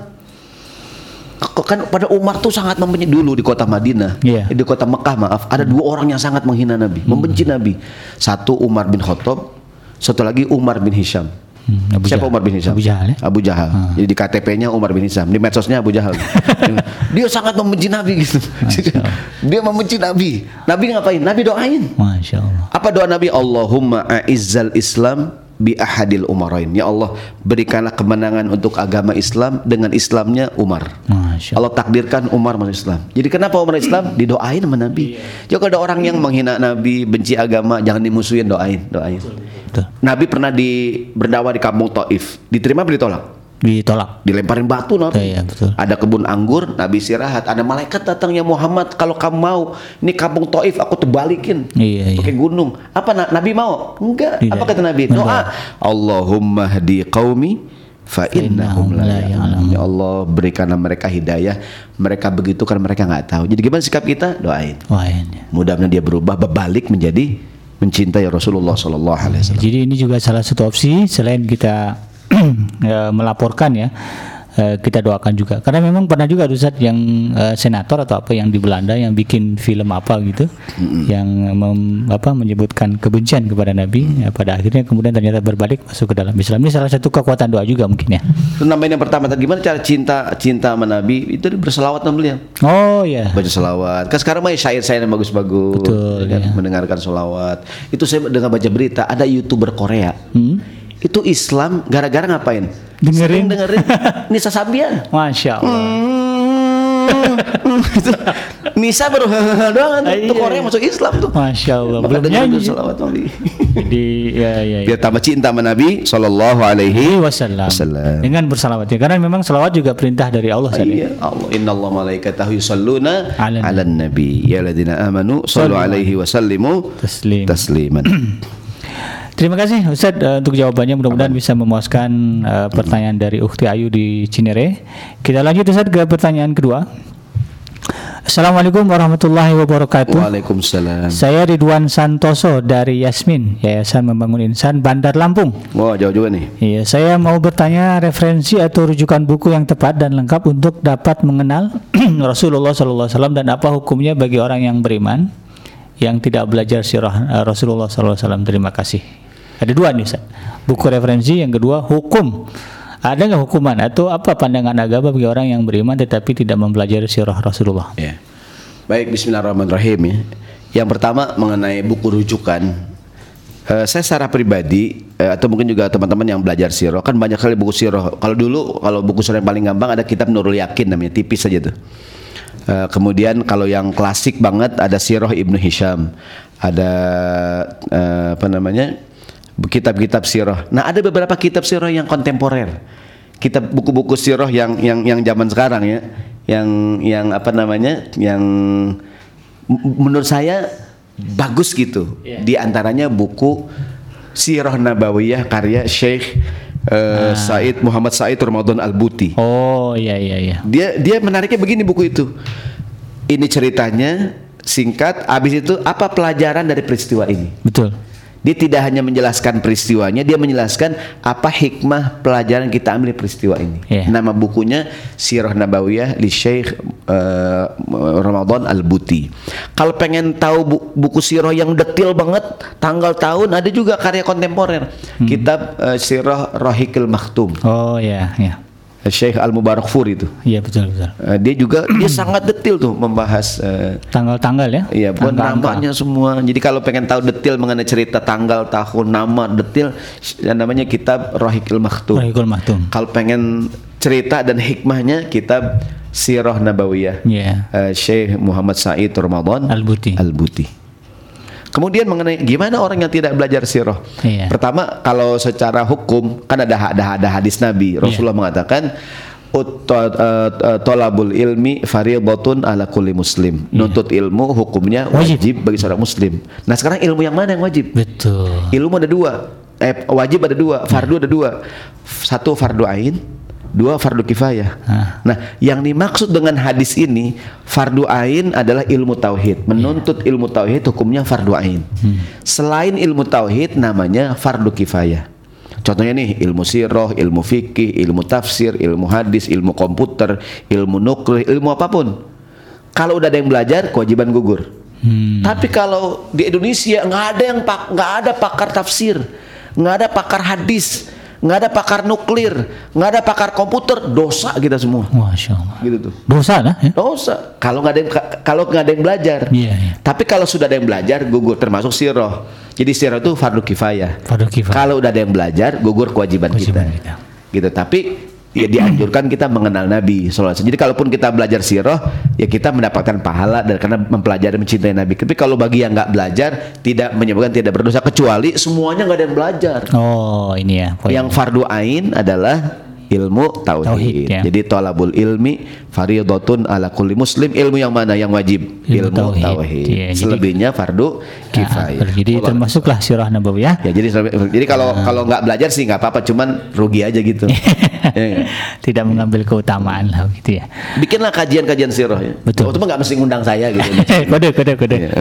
S1: Kan pada Umar tuh sangat membenci dulu di kota Madinah, di kota Mekah maaf, ada 2 orang yang sangat menghina Nabi, membenci Nabi. Satu Umar bin Khattab, satu lagi Umar bin Hisham.
S2: Abu
S1: Siapa
S2: Jahal.
S1: Umar bin Hisam?
S2: Abu Jahal ya?
S1: Abu Jahal. Jadi di KTP-nya Umar bin Hisam, di medsosnya Abu Jahal. Dia sangat membenci Nabi gitu. Dia membenci Nabi. Nabi ngapain? Nabi doain.
S2: Masya Allah.
S1: Apa doa Nabi? Allahumma a'izzal Islam bi ahadil umarain. Ya Allah, berikanlah kemenangan untuk agama Islam dengan Islamnya Umar.
S2: Masya Allah.
S1: Allah takdirkan Umar masuk Islam. Jadi kenapa Umar Islam? Didoain sama Nabi. Jadi kalau ada orang yang menghina Nabi, benci agama, jangan dimusuhin, doain.
S2: Betul.
S1: Nabi pernah berdakwah di kampung Taif. Diterima atau ditolak?
S2: Ditolak.
S1: Dilemparin batu Nabi.
S2: Iya, betul.
S1: Ada kebun anggur, Nabi istirahat. Ada malaikat datang, ya Muhammad, kalau kamu mau, ini kampung Taif aku terbalikin.
S2: Iya.
S1: Pakai gunung. Apa Nabi mau? Enggak.
S2: Tidak.
S1: Apa kata Nabi? Doa. Allahumma hdi qaumi fa innahum la ya'lamun. Ya Allah, berikanlah mereka hidayah. Mereka begitu karena mereka nggak tahu. Jadi gimana sikap kita? Doain. Mudah-mudahan dia berubah, berbalik menjadi mencintai Rasulullah sallallahu alaihi wasallam.
S2: Jadi ini juga salah satu opsi selain kita melaporkan ya, kita doakan juga. Karena memang pernah juga Ustaz yang senator atau apa yang di Belanda yang bikin film apa gitu, yang menyebutkan kebencian kepada Nabi. Ya, pada akhirnya kemudian ternyata berbalik masuk ke dalam Islam. Ini salah satu kekuatan doa juga mungkin ya.
S1: Terus nambahin yang pertama tadi, gimana cara cinta sama Nabi? Itu berselawat sama beliau.
S2: Oh ya.
S1: Baca selawat. Kan sekarang mah syair-syair yang bagus-bagus.
S2: Betul,
S1: ya kan?
S2: ya.
S1: Mendengarkan selawat. Itu saya dengar baca berita ada YouTuber Korea. Itu Islam gara-gara ngapain?
S2: Dengerin
S1: Nisa Sabian.
S2: Masya Allah.
S1: Nisa baru doang tuh Korea masuk Islam tuh.
S2: Masya Allah.
S1: Maka
S2: Belum
S1: dengerin
S2: nyanyi.
S1: selawat Nabi.
S2: Jadi ya.
S1: Biar tambah cinta sama Nabi sallallahu alaihi
S2: Wasallam. Dengan bersalawat ya. Karena memang salawat juga perintah dari Allah.
S1: Iya, Allah innallaha malaikatahu yusalluna 'alan nabi ya alladzina amanu sallu alaihi wa sallimu tasliman.
S2: Terima kasih Ustaz untuk jawabannya, mudah-mudahan bisa memuaskan pertanyaan dari Ukhti Ayu di Cinere. Kita lanjut Ustaz ke pertanyaan kedua. Assalamualaikum warahmatullahi wabarakatuh.
S1: Waalaikumsalam.
S2: Saya Ridwan Santoso dari Yasmin, Yayasan Membangun Insan, Bandar Lampung.
S1: Wah, jauh juga nih.
S2: Iya, saya mau bertanya referensi atau rujukan buku yang tepat dan lengkap untuk dapat mengenal Rasulullah SAW dan apa hukumnya bagi orang yang beriman yang tidak belajar sirah Rasulullah SAW. Terima kasih. Ada dua nih Ustaz. Buku referensi, yang kedua hukum. Ada nggak hukuman atau apa pandangan agama bagi orang yang beriman tetapi tidak mempelajari sirah Rasulullah?
S1: Ya. Baik, bismillahirrahmanirrahim ya. Yang pertama mengenai buku rujukan. Saya secara pribadi atau mungkin juga teman-teman yang belajar sirah, kan banyak kali buku sirah. Kalau dulu kalau buku sirah yang paling gampang ada kitab Nurul Yakin namanya, tipis saja tuh. Kemudian kalau yang klasik banget ada Sirah Ibnu Hisham, ada kitab-kitab sirah. Nah, ada beberapa kitab sirah yang kontemporer. Kitab buku-buku sirah yang zaman sekarang ya. Yang menurut saya bagus gitu. Di antaranya buku Sirah Nabawiyah karya Syekh Said Muhammad Said Ramadan Al-Buti.
S2: Oh iya.
S1: Dia menariknya begini buku itu. Ini ceritanya singkat, habis itu apa pelajaran dari peristiwa ini?
S2: Betul.
S1: Dia tidak hanya menjelaskan peristiwanya, dia menjelaskan apa hikmah pelajaran kita ambil peristiwa ini. Nama bukunya Sirah Nabawiyah li Syekh Ramadan Al-Buti. Kalau pengen tahu buku sirah yang detail banget, tanggal tahun, ada juga karya kontemporer. Kitab Sirah Rahiqil Maktum.
S2: Oh iya.
S1: Syekh Al-Mubarakfuri itu.
S2: Iya betul.
S1: Dia sangat detail tuh membahas
S2: tanggal-tanggal ya.
S1: Iya, bukan namanya semua. Jadi kalau pengen tahu detail mengenai cerita tanggal, tahun, nama, detail, namanya kitab Rahiqil Maktum. Kalau pengen cerita dan hikmahnya, kitab Sirah Nabawiyah. Syekh Muhammad Said Ramadan Al-Buti. Kemudian mengenai gimana orang yang tidak belajar sirah. Pertama, kalau secara hukum kan ada hadis Nabi. Rasulullah mengatakan tolabul ilmi fardhatun ala kulli muslim. Nuntut ilmu hukumnya wajib bagi seorang muslim. Nah, sekarang ilmu yang mana yang wajib?
S2: Betul.
S1: Ilmu ada dua. Wajib ada dua, fardu ada dua. Satu fardu ain, dua fardu kifayah. Nah, yang dimaksud dengan hadis ini fardu ain adalah ilmu tauhid. Menuntut ilmu tauhid hukumnya fardu ain. Selain ilmu tauhid namanya fardu kifayah. Contohnya nih, ilmu sirah, ilmu fikih, ilmu tafsir, ilmu hadis, ilmu komputer, ilmu nuklir, ilmu apapun. Kalau udah ada yang belajar, kewajiban gugur. Tapi kalau di Indonesia nggak ada pakar tafsir, nggak ada pakar hadis, nggak ada pakar nuklir, nggak ada pakar komputer, dosa kita semua.
S2: Masya Allah.
S1: Gitu tuh.
S2: Dosa lah ya?
S1: Dosa. Kalau nggak ada yang belajar.
S2: Iya, iya.
S1: Tapi kalau sudah ada yang belajar, gugur, termasuk sirah. Jadi sirah itu fardu kifayah.
S2: Fardu kifayah.
S1: Kalau udah ada yang belajar, gugur kewajiban kita. Gitu. Tapi ya dianjurkan kita mengenal Nabi SAW. Jadi kalaupun kita belajar sirah, ya kita mendapatkan pahala dan karena mempelajari mencintai Nabi. Tapi kalau bagi yang nggak belajar, tidak menyebabkan tidak berdosa, kecuali semuanya nggak ada yang belajar.
S2: Oh, ini ya poin.
S1: Yang fardu ain adalah ilmu tauhid.
S2: Ya.
S1: Jadi thalabul ilmi fardhatun ala kulli muslim. Ilmu yang mana yang wajib? Ilmu tauhid. Ya, selebihnya fardu kifayah.
S2: Jadi termasuklah sirah nabawiyah.
S1: Ya, jadi kalau nggak belajar sih nggak apa-apa, cuman rugi aja gitu. Ya,
S2: tidak mengambil keutamaan lah gitu ya.
S1: Bikinlah kajian-kajian sirah ya.
S2: Betul.
S1: Itu mah nggak mesti ngundang saya gitu.
S2: Kode. Ya.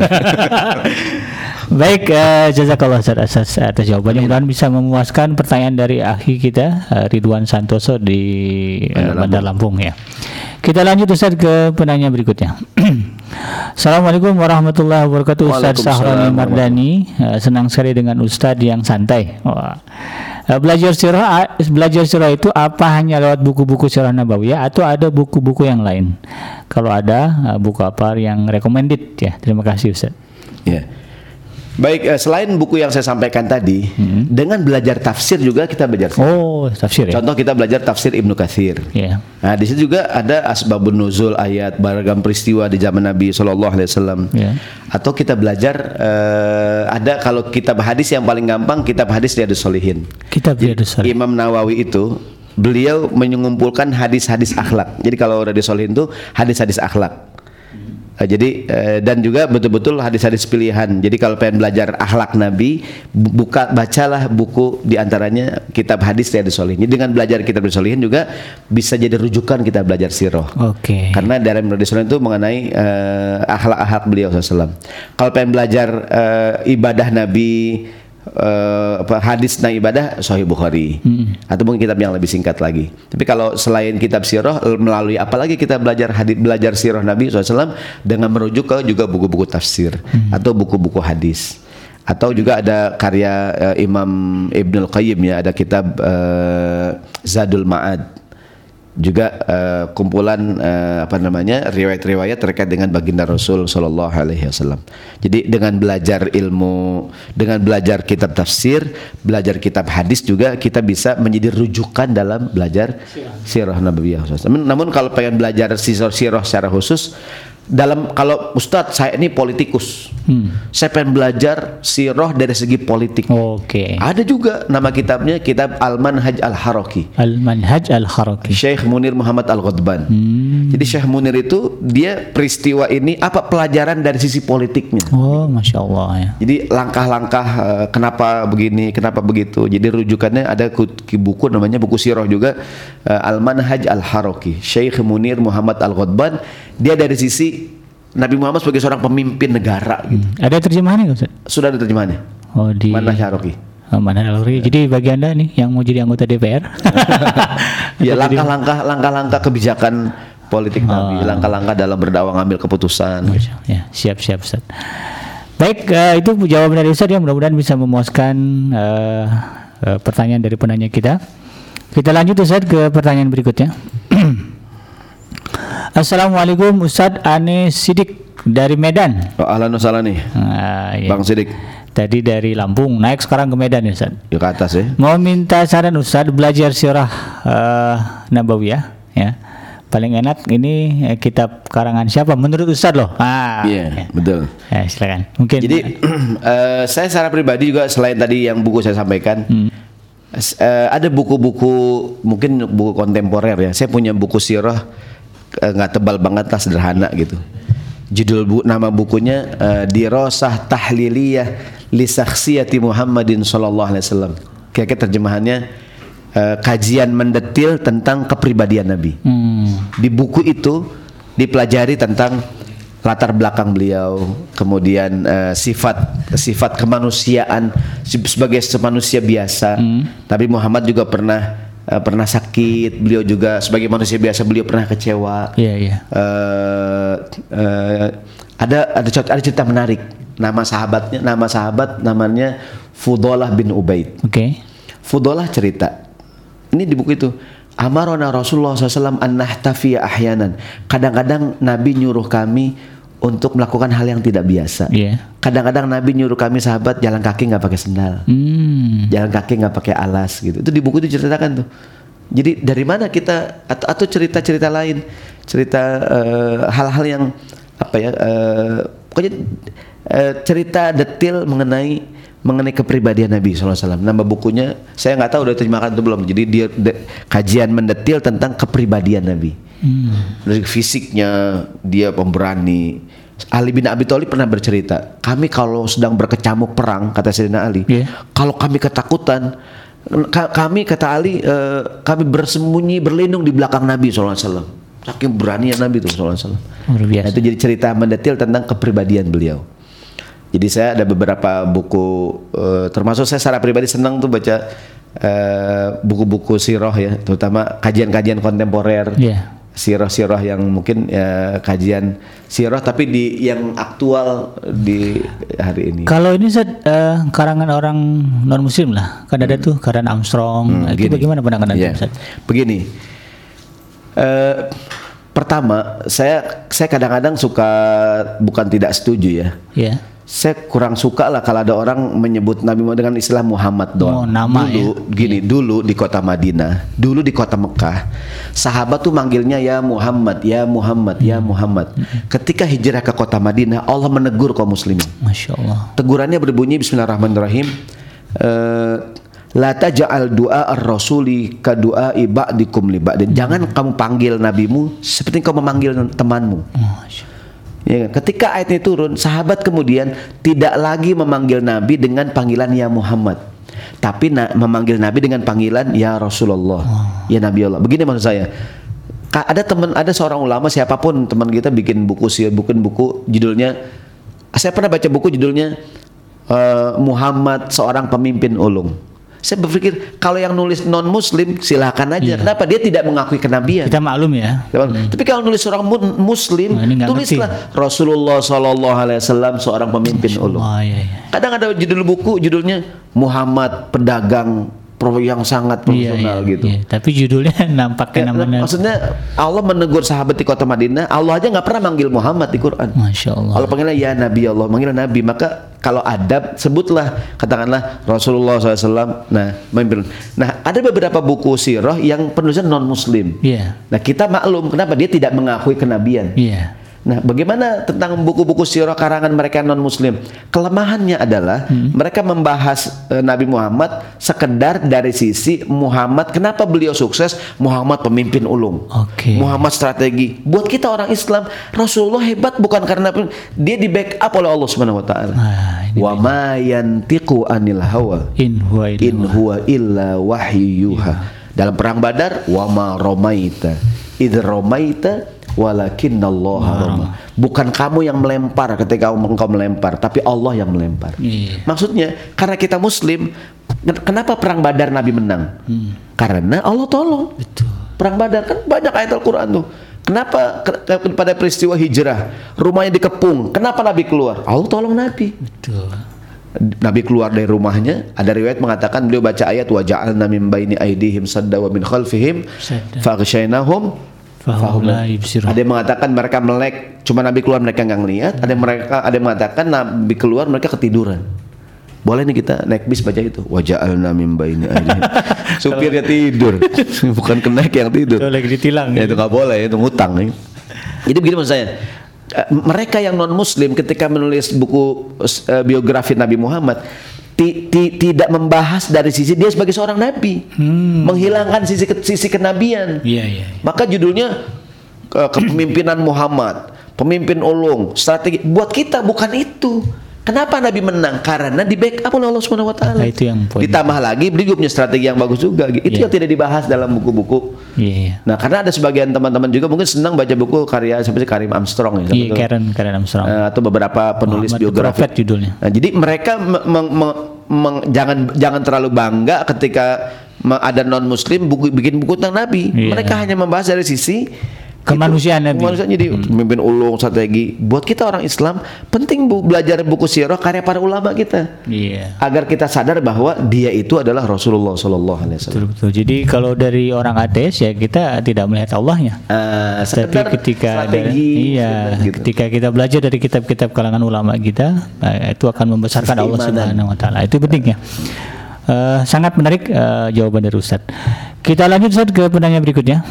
S2: Baik, jazakallah atas jawabannya. Mudah-mudahan bisa memuaskan pertanyaan dari akhi kita Ridwan Santoso di Bandar Lampung ya. Kita lanjut Ustaz ke penanya berikutnya. Assalamualaikum warahmatullahi wabarakatuh. Ustaz Sahroni Mardani, senang sekali dengan Ustaz yang santai. Wah. Belajar sirah itu apa hanya lewat buku-buku sirah nabawiyah atau ada buku-buku yang lain? Kalau ada, buku apa yang recommended ya? Terima kasih Ustaz.
S1: Ya. Baik, selain buku yang saya sampaikan tadi, dengan belajar tafsir juga kita belajar.
S2: Oh, tafsir ya.
S1: Contoh kita belajar tafsir Ibnu Katsir.
S2: Yeah.
S1: Nah, di situ juga ada asbabun nuzul ayat, beragam peristiwa di zaman Nabi SAW.
S2: Yeah.
S1: Atau kita belajar ada kalau kitab hadis yang paling gampang kitab hadis Riyadhus Shalihin.
S2: Kitab Riyadhus Shalihin.
S1: Imam Nawawi itu beliau mengumpulkan hadis-hadis akhlak. Jadi kalau Riyadhus Shalihin itu hadis-hadis akhlak. Jadi dan juga betul-betul hadis-hadis pilihan. Jadi kalau pengen belajar akhlak Nabi, bacalah buku diantaranya kitab hadis Riyadhus Shalihin. Jadi dengan belajar kitab Riyadhus Shalihin juga bisa jadi rujukan kita belajar sirah.
S2: Oke.
S1: Karena dalam Riyadhus Shalihin itu mengenai akhlak-akhlak beliau SAW. Kalau pengen belajar ibadah Nabi, hadis tentang ibadah Sahih Bukhari atau mungkin kitab yang lebih singkat lagi. Tapi kalau selain kitab sirah, melalui apalagi kita belajar sirah Nabi SAW dengan merujuk ke juga buku-buku tafsir atau buku-buku hadis. Atau juga ada karya Imam Ibnul Qayyim ya, ada kitab Zadul Ma'ad. Juga kumpulan riwayat-riwayat terkait dengan baginda Rasul Sallallahu Alaihi Wasallam. Jadi dengan belajar ilmu, dengan belajar kitab tafsir, belajar kitab hadis juga kita bisa menjadi rujukan dalam belajar sirah nabawiyah. Namun kalau pengen belajar sirah secara khusus, kalau Ustadz saya ini politikus, saya pengen belajar sirah dari segi politik.
S2: Oke.
S1: Ada juga nama kitabnya, kitab Al-Manhaj Al-Haraki.
S2: Al-Manhaj Al-Haraki.
S1: Syekh Munir Muhammad Al-Ghadban. Jadi Syekh Munir itu dia peristiwa ini apa pelajaran dari sisi politiknya.
S2: Oh, Masya Allah ya.
S1: Jadi langkah-langkah kenapa begini, kenapa begitu. Jadi rujukannya ada buku namanya buku sirah juga Al-Manhaj Al-Haraki. Syekh Munir Muhammad Al-Ghadban. Dia dari sisi Nabi Muhammad sebagai seorang pemimpin negara gitu.
S2: Ada terjemahannya Ustaz?
S1: Sudah ada terjemahannya.
S2: Oh, di
S1: Manhaj Al-Haraki.
S2: Manhaj Al-Haraki. Jadi bagi Anda nih yang mau jadi anggota DPR.
S1: Ya langkah-langkah kebijakan politik Nabi, langkah-langkah dalam berdakwah ngambil keputusan.
S2: Ya, siap Ustaz. Baik, itu jawaban dari Ustaz yang mudah-mudahan bisa memuaskan pertanyaan dari penanya kita. Kita lanjut Ustaz ke pertanyaan berikutnya. Assalamualaikum Ustadz Ane Sidik dari Medan.
S1: Ahlan wa sahlan nih.
S2: Ya.
S1: Bang Sidik.
S2: Tadi dari Lampung naik sekarang ke Medan ya Ustadz.
S1: Yuk ke atas ya.
S2: Mau minta saran Ustadz belajar sirah nabawiyah ya. Paling enak ini kitab karangan siapa menurut Ustadz loh.
S1: Iya, betul.
S2: Ya, silakan. Mungkin.
S1: Jadi saya secara pribadi juga selain tadi yang buku saya sampaikan, ada buku-buku mungkin buku kontemporer ya. Saya punya buku sirah nggak tebal banget lah, sederhana gitu. Judul nama bukunya Dirasah Tahliliyah li Syakhsiyati Muhammadin sallallahu alaihi wasallam. Kira-kira terjemahannya kajian mendetil tentang kepribadian Nabi. Di buku itu dipelajari tentang latar belakang beliau, kemudian sifat kemanusiaan sebagai manusia biasa. Tapi Muhammad juga pernah sakit, beliau juga sebagai manusia biasa beliau pernah kecewa.
S2: Iya.
S1: Ada cerita menarik. Nama sahabat namanya Fudalah bin Ubaid.
S2: Oke.
S1: Fudalah cerita Ini di buku itu. Amarona Rasulullah SAW an nahtafiya ahyanan. Kadang-kadang Nabi nyuruh kami untuk melakukan hal yang tidak biasa. Kadang-kadang Nabi nyuruh kami sahabat jalan kaki nggak pakai sendal, jalan kaki nggak pakai alas gitu. Itu di buku itu ceritakan tuh. Jadi dari mana kita atau cerita-cerita lain, cerita hal-hal yang apa ya, pokoknya cerita detail mengenai kepribadian Nabi SAW. Nama bukunya saya nggak tahu udah terjemahkan atau belum. Jadi dia kajian mendetil tentang kepribadian Nabi. Dari fisiknya dia pemberani. Ali bin Abi Thalib pernah bercerita, kami kalau sedang berkecamuk perang, kata Sayyidina Ali, kalau kami ketakutan, kami kata Ali, kami bersembunyi berlindung di belakang Nabi SAW. Saking beraninya Nabi itu SAW. Nah, itu jadi cerita mendetil tentang kepribadian beliau. Jadi saya ada beberapa buku, termasuk saya secara pribadi senang tuh baca buku-buku sirah ya, terutama kajian-kajian kontemporer, sirah-sirah yang mungkin kajian sirah tapi di yang aktual di hari ini.
S2: Kalau ini karangan orang non muslim lah, kan ada tuh Karen Armstrong. Itu bagaimana pandangan Anda?
S1: Begini, pertama saya kadang-kadang suka, bukan tidak setuju ya. Saya kurang suka lah kalau ada orang menyebut Nabi Muhammad dengan istilah Muhammad doang. Dulu di kota Madinah, dulu di kota Mekah, sahabat tuh manggilnya ya Muhammad, ya Muhammad, ya Muhammad. Ketika hijrah ke kota Madinah, Allah menegur kaum muslimin. Masya Allah. Tegurannya berbunyi Bismillahirrahmanirrahim. La taj'al du'a ar-rasuli ka du'ai ba'dikum li ba'din. Jangan kamu panggil nabimu seperti kamu memanggil temanmu. Ya, ketika ayat ini turun, sahabat kemudian tidak lagi memanggil Nabi dengan panggilan ya Muhammad, tapi memanggil Nabi dengan panggilan ya Rasulullah, ya Nabi Allah. Begini maksud saya. Ada seorang ulama, siapapun teman kita bikin buku judulnya, saya pernah baca buku judulnya Muhammad seorang pemimpin ulung. Saya berpikir kalau yang nulis non muslim silakan aja. Kenapa dia tidak mengakui kenabian? Kita maklum ya. Tapi kalau nulis seorang muslim, tulislah Rasulullah SAW seorang pemimpin ulung. Kadang ada judul buku judulnya Muhammad pedagang yang sangat profesional gitu.
S2: Tapi judulnya nampaknya namanya.
S1: Maksudnya Allah menegur sahabat di kota Madinah. Allah aja nggak pernah manggil Muhammad di Quran. Masya Allah. Allah panggilnya ya Nabi Allah, manggil Nabi. Maka kalau adab sebutlah, katakanlah Rasulullah SAW. Nah, ada beberapa buku sirah yang penulisan non Muslim. Nah, kita maklum kenapa dia tidak mengakui kenabian. Nah, bagaimana tentang buku-buku sirah karangan mereka non-muslim? Kelemahannya adalah mereka membahas Nabi Muhammad sekedar dari sisi Muhammad, kenapa beliau sukses, Muhammad pemimpin ulung, Muhammad strategi. Buat kita orang Islam, Rasulullah hebat bukan karena dia di backup oleh Allah Subhanahu wa taala. Wa ma yantiqu anil hawa in huwa illa wahyu yuha. Dalam perang Badar, wa ma romaita idh romaita walakinnallaha rama. Bukan kamu yang melempar ketika engkau melempar, tapi Allah yang melempar. Maksudnya karena kita muslim, kenapa perang Badar Nabi menang? Karena Allah tolong. Perang Badar kan banyak ayat Al-Quran tuh. Kenapa pada peristiwa hijrah rumahnya dikepung, kenapa Nabi keluar? Allah tolong Nabi. Nabi keluar dari rumahnya, ada riwayat mengatakan beliau baca ayat wa ja'alna min baini aydihim sadda wa min khalfihim faghshaynahum. Ada yang mengatakan mereka melek, cuma Nabi keluar mereka nggak ngelihat. Ada yang mengatakan Nabi keluar mereka ketiduran. Boleh nih kita naik bis baca itu. Waja'alna min baini aydihim. Supirnya tidur, bukan kenaik yang tidur. Itu lagi ditilang. Ya, itu nggak boleh, itu ngutang. Ya. Jadi begini maksud saya. Mereka yang non Muslim ketika menulis buku biografi Nabi Muhammad tidak membahas dari sisi dia sebagai seorang nabi, menghilangkan sisi kenabian. Maka judulnya kepemimpinan Muhammad, pemimpin ulung, strategi. Buat kita bukan itu. Kenapa Nabi menang? Karena di backup oleh Allah Subhanahu wa taala. Itu yang poin. Ditambah lagi beliau punya strategi yang bagus juga. Itu yang tidak dibahas dalam buku-buku. Nah, karena ada sebagian teman-teman juga mungkin senang baca buku karya seperti Karim Armstrong ya. Karen Armstrong. Atau beberapa penulis biografi judulnya. Nah, jadi mereka jangan terlalu bangga ketika ada non muslim bikin buku tentang Nabi. Mereka hanya membahas dari sisi
S2: Kemanusiaan Nabi.
S1: Kemanusiaan, jadi pemimpin ulung, strategi. Buat kita orang Islam penting belajar buku sirah karya para ulama kita.
S2: Iya.
S1: Agar kita sadar bahwa dia itu adalah Rasulullah Sallallahu Alaihi Wasallam.
S2: Betul. Jadi kalau dari orang ateis ya kita tidak melihat Allahnya. Tapi ketika ketika kita belajar dari kitab-kitab kalangan ulama kita, itu akan membesarkan Allah Subhanahu Wa Taala. Itu pentingnya. Sangat menarik jawaban dari Ustadz. Kita lanjut Ustadz ke penanya berikutnya.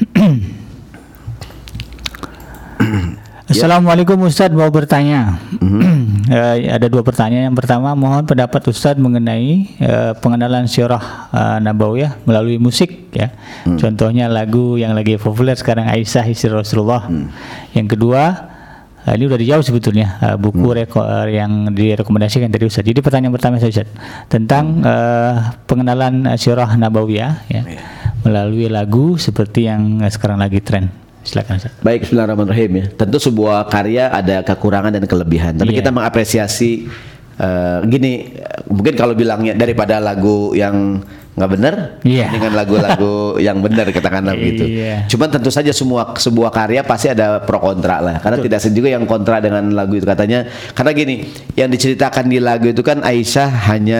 S2: Assalamualaikum Ustadz, mau bertanya. Ada 2 pertanyaan. Yang pertama, mohon pendapat Ustadz mengenai pengenalan sirah Nabawiyah melalui musik ya. Contohnya lagu yang lagi populer sekarang, Aisyah istri Rasulullah. Yang kedua, ini udah dijawab sebetulnya, buku yang direkomendasikan dari Ustadz. Jadi pertanyaan pertama Ustadz tentang pengenalan sirah Nabawiyah ya, melalui lagu seperti yang sekarang lagi tren. Silakan Ustaz.
S1: Baik, bismillahirrahmanirrahim ya. Tentu sebuah karya ada kekurangan dan kelebihan. Tapi kita mengapresiasi gini, mungkin kalau bilangnya daripada lagu yang nggak benar dengan lagu-lagu yang benar katakanlah begitu. Cuman tentu saja sebuah karya pasti ada pro kontra lah. Karena tidak sedikit juga yang kontra dengan lagu itu katanya. Karena gini, yang diceritakan di lagu itu kan Aisyah hanya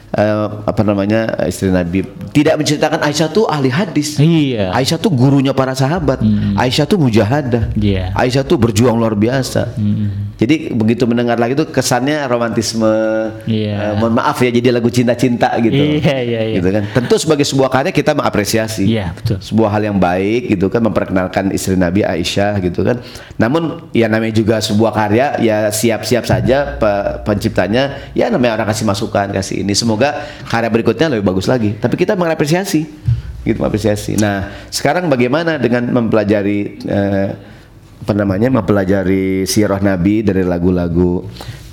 S1: istri Nabi, tidak menceritakan Aisyah tuh ahli hadis. Aisyah tuh gurunya para sahabat. Aisyah tuh mujahadah. Aisyah tuh berjuang luar biasa. Jadi begitu mendengar lagi tuh kesannya romantisme. Mohon maaf ya, jadi lagu cinta-cinta gitu. Gitu kan. Tentu sebagai sebuah karya kita mengapresiasi.
S2: Betul.
S1: Sebuah hal yang baik gitu kan, memperkenalkan istri Nabi Aisyah gitu kan. Namun ya namanya juga sebuah karya, ya siap-siap saja penciptanya ya namanya orang kasih masukan, kasih ini. Semoga karya berikutnya lebih bagus lagi. Tapi kita mengapresiasi, gitu mengapresiasi. Nah, sekarang bagaimana dengan mempelajari mempelajari sirah Nabi dari lagu-lagu?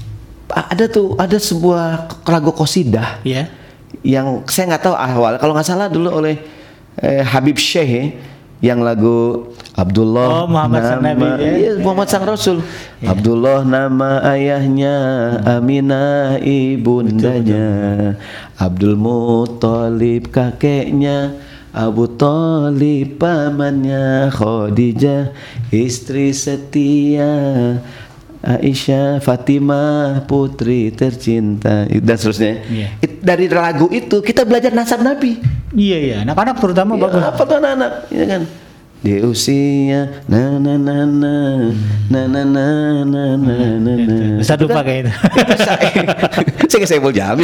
S1: Ada sebuah lagu qasidah yang saya nggak tahu awal. Kalau nggak salah dulu oleh Habib Syekh yang lagu Abdullah
S2: Muhammad sang Nabi,
S1: Muhammad sang Rasul. Abdullah nama ayahnya, Aminah ibundanya, Abdul Muthalib kakeknya, Abu Thalib pamannya, Khadijah istri setia, Aisyah Fatimah putri tercinta, dan seterusnya. Dari lagu itu kita belajar nasab Nabi.
S2: Anak-anak terutama bagus.
S1: Apa tuh anak-anak, ya kan? Di usia
S2: Ustaz lupa kayak itu.
S1: Saya mau jamin.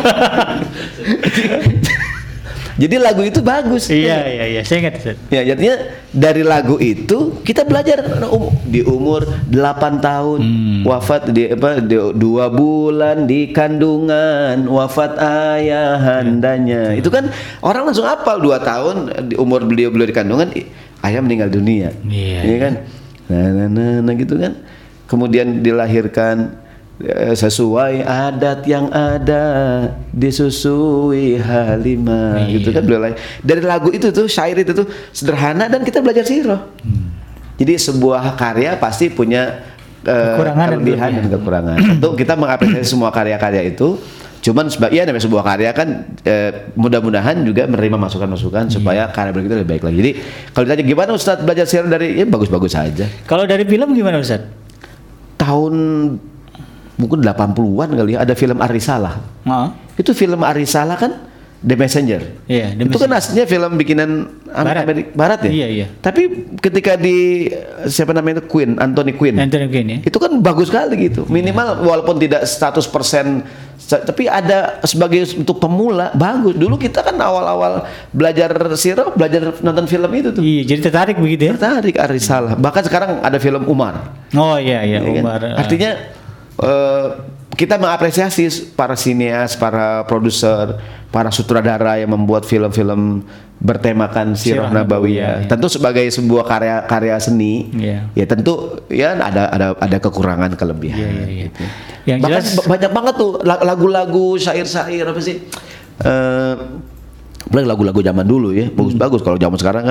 S1: Jadi lagu itu bagus.
S2: Iya, saya ingat.
S1: Ya, jadinya dari lagu itu kita belajar di umur 8 tahun wafat di 2 bulan di kandungan wafat ayahandanya. Itu kan orang langsung hafal 2 tahun di umur beliau di kandungan ayah meninggal dunia. Iya kan? Nah gitu kan. Kemudian dilahirkan sesuai adat yang ada, disusui Halimah, gitu kan. Dari lagu itu tuh, syair itu tuh sederhana dan kita belajar sirah. Jadi sebuah karya pasti punya kelebihan dan kekurangan. Tentu kita mengapresiasi semua karya-karya itu. Cuman namanya sebuah karya kan mudah-mudahan juga menerima masukan-masukan supaya karya berikutnya lebih baik lagi. Jadi kalau ditanya gimana Ustadz belajar sirah dari bagus-bagus saja.
S2: Kalau dari film gimana Ustadz?
S1: Tahun mungkin 80-an kali ya, ada film Ar-Risalah. Itu film Ar-Risalah kan The Messenger. Itu kan aslinya film bikinan Barat ya. Tapi ketika di siapa namanya itu Anthony Quinn ya. Itu kan bagus sekali gitu. Minimal walaupun tidak 100%, tapi ada sebagai untuk pemula bagus. Dulu kita kan awal-awal belajar sirah, belajar nonton film itu tuh.
S2: Jadi tertarik begitu ya.
S1: Tertarik Ar-Risalah. Bahkan sekarang ada film Umar.
S2: Umar.
S1: Kan? Artinya kita mengapresiasi para sineas, para produser, para sutradara yang membuat film-film bertemakan sirah Nabawiyah. Tentu sebagai sebuah karya seni, ya tentu ya ada kekurangan kelebihan. Gitu.
S2: Yang
S1: bahkan
S2: jelas
S1: banyak banget tuh lagu-lagu, syair-syair apa sih? Lagu-lagu zaman dulu ya, bagus-bagus. Kalau zaman sekarang kan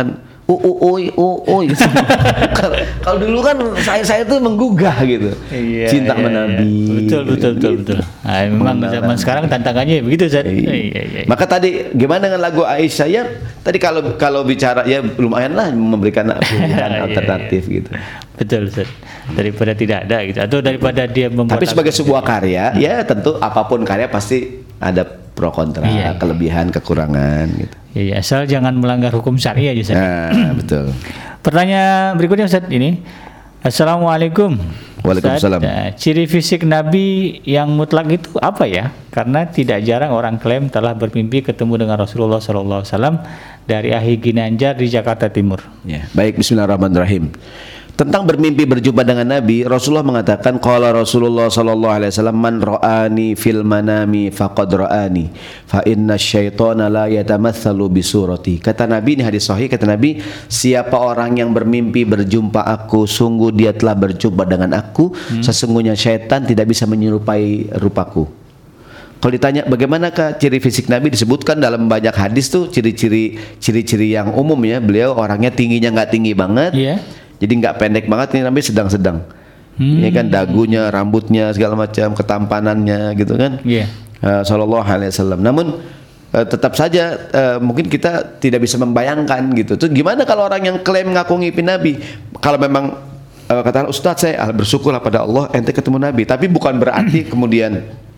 S1: gitu. Kalau dulu kan saya tuh menggugah gitu.
S2: Iya,
S1: Cinta sama Nabi.
S2: Betul. Nah, memang zaman sekarang tantangannya begitu, Ustaz. Iya.
S1: Maka tadi gimana dengan lagu Aisyah ya? Tadi kalau bicara ya lumayan lah memberikan pilihan alternatif gitu.
S2: Betul, Ustaz. Daripada tidak ada gitu, atau daripada dia membuat.
S1: Tapi sebagai sebuah karya, ya tentu apapun karya pasti ada pro kontra, kelebihan, kekurangan gitu.
S2: Iya, asal jangan melanggar hukum syariah aja, Ustaz.
S1: Nah, betul.
S2: Pertanyaan berikutnya, Ustaz, ini. Assalamualaikum.
S1: Waalaikumsalam.
S2: Ustaz, ciri fisik Nabi yang mutlak itu apa ya? Karena tidak jarang orang klaim telah bermimpi ketemu dengan Rasulullah SAW dari Ahi Ginanjar di Jakarta Timur.
S1: Ya, baik, bismillahirrahmanirrahim. Tentang bermimpi berjumpa dengan Nabi, Rasulullah mengatakan qala Rasulullah sallallahu alaihi wasallam man ra'ani fil manami faqad ra'ani fa inna syaitana la yatamatsalu bi surati. Kata Nabi, ini hadis sahih, kata Nabi, siapa orang yang bermimpi berjumpa aku, sungguh dia telah berjumpa dengan aku. Sesungguhnya syaitan tidak bisa menyerupai rupaku. Kalau ditanya bagaimanakah ciri fisik Nabi, disebutkan dalam banyak hadis tuh ciri-ciri yang umum ya. Beliau orangnya tingginya nggak tinggi banget. Jadi nggak pendek banget, ini Nabi sedang-sedang. Ya kan, dagunya, rambutnya, segala macam, ketampanannya gitu kan. Sallallahu alaihi wasallam. Namun tetap saja mungkin kita tidak bisa membayangkan gitu. Terus gimana kalau orang yang klaim ngaku ngimpi Nabi? Kalau memang kata Ustadz, saya bersyukurlah pada Allah ente ketemu Nabi, tapi bukan berarti kemudian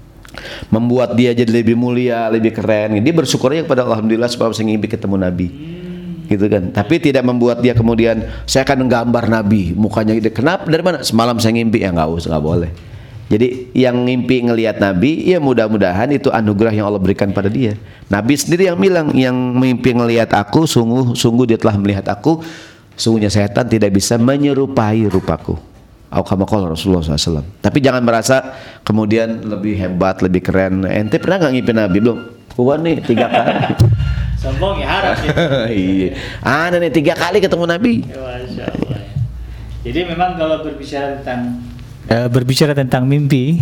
S1: membuat dia jadi lebih mulia, lebih keren. Dia bersyukurnya kepada Allah, alhamdulillah sebab saya ngimpi ketemu Nabi. Gitu kan. Tapi tidak membuat dia kemudian saya akan menggambar Nabi, mukanya gitu. Kenapa? Dari mana? Semalam saya ngimpi. Ya nggak boleh. Jadi yang ngimpi ngelihat Nabi, ya mudah-mudahan itu anugerah yang Allah berikan pada dia. Nabi sendiri yang bilang, yang mimpi ngelihat aku, sungguh dia telah melihat aku. Sungguhnya setan tidak bisa menyerupai rupaku. Kama qala Rasulullah SAW. Tapi jangan merasa kemudian lebih hebat, lebih keren. Ente pernah nggak ngimpi Nabi? Belum. Gua nih 3 kali.
S2: Sombong ya, harap ya.
S1: Iya. Ada nih 3 kali ketemu Nabi.
S2: Masya Allah. Jadi memang kalau berbicara tentang mimpi,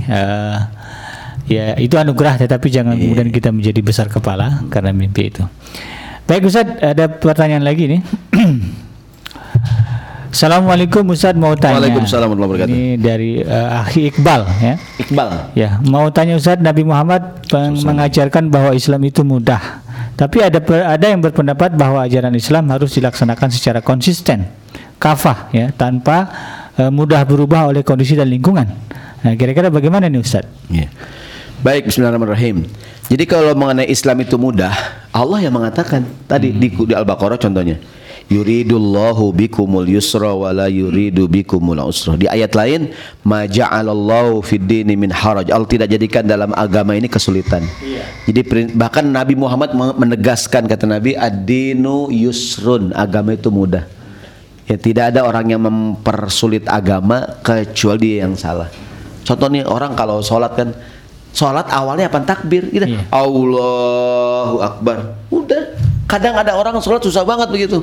S2: ya itu anugerah, tetapi jangan kemudian kita menjadi besar kepala karena mimpi itu. Baik Ustaz, ada pertanyaan lagi nih. Assalamualaikum Ustaz, mau tanya.
S1: Waalaikumsalam warahmatullahi wabarakatuh.
S2: Ini dari Akhi Iqbal ya.
S1: Iqbal.
S2: Ya, mau tanya Ustaz, Nabi Muhammad mengajarkan bahwa Islam itu mudah. Tapi ada yang berpendapat bahwa ajaran Islam harus dilaksanakan secara konsisten, kafah ya, tanpa mudah berubah oleh kondisi dan lingkungan. Nah, kira-kira bagaimana nih Ustaz?
S1: Ya. Baik, bismillahirrahmanirrahim. Jadi kalau mengenai Islam itu mudah, Allah yang mengatakan tadi di Al-Baqarah contohnya. Yuridullahu bikumul yusra wa la yuridu bikumul usra. Di ayat lain, ma ja'alallahu fid dini min haraj. Allah tidak jadikan dalam agama ini kesulitan. Jadi bahkan Nabi Muhammad menegaskan, kata Nabi, ad-dinu yusrun, agama itu mudah. Ya, tidak ada orang yang mempersulit agama kecuali dia yang salah. Contohnya orang kalau sholat kan, sholat awalnya apa? Takbir gitu. Allahu Akbar. Udah. Kadang ada orang sholat susah banget begitu.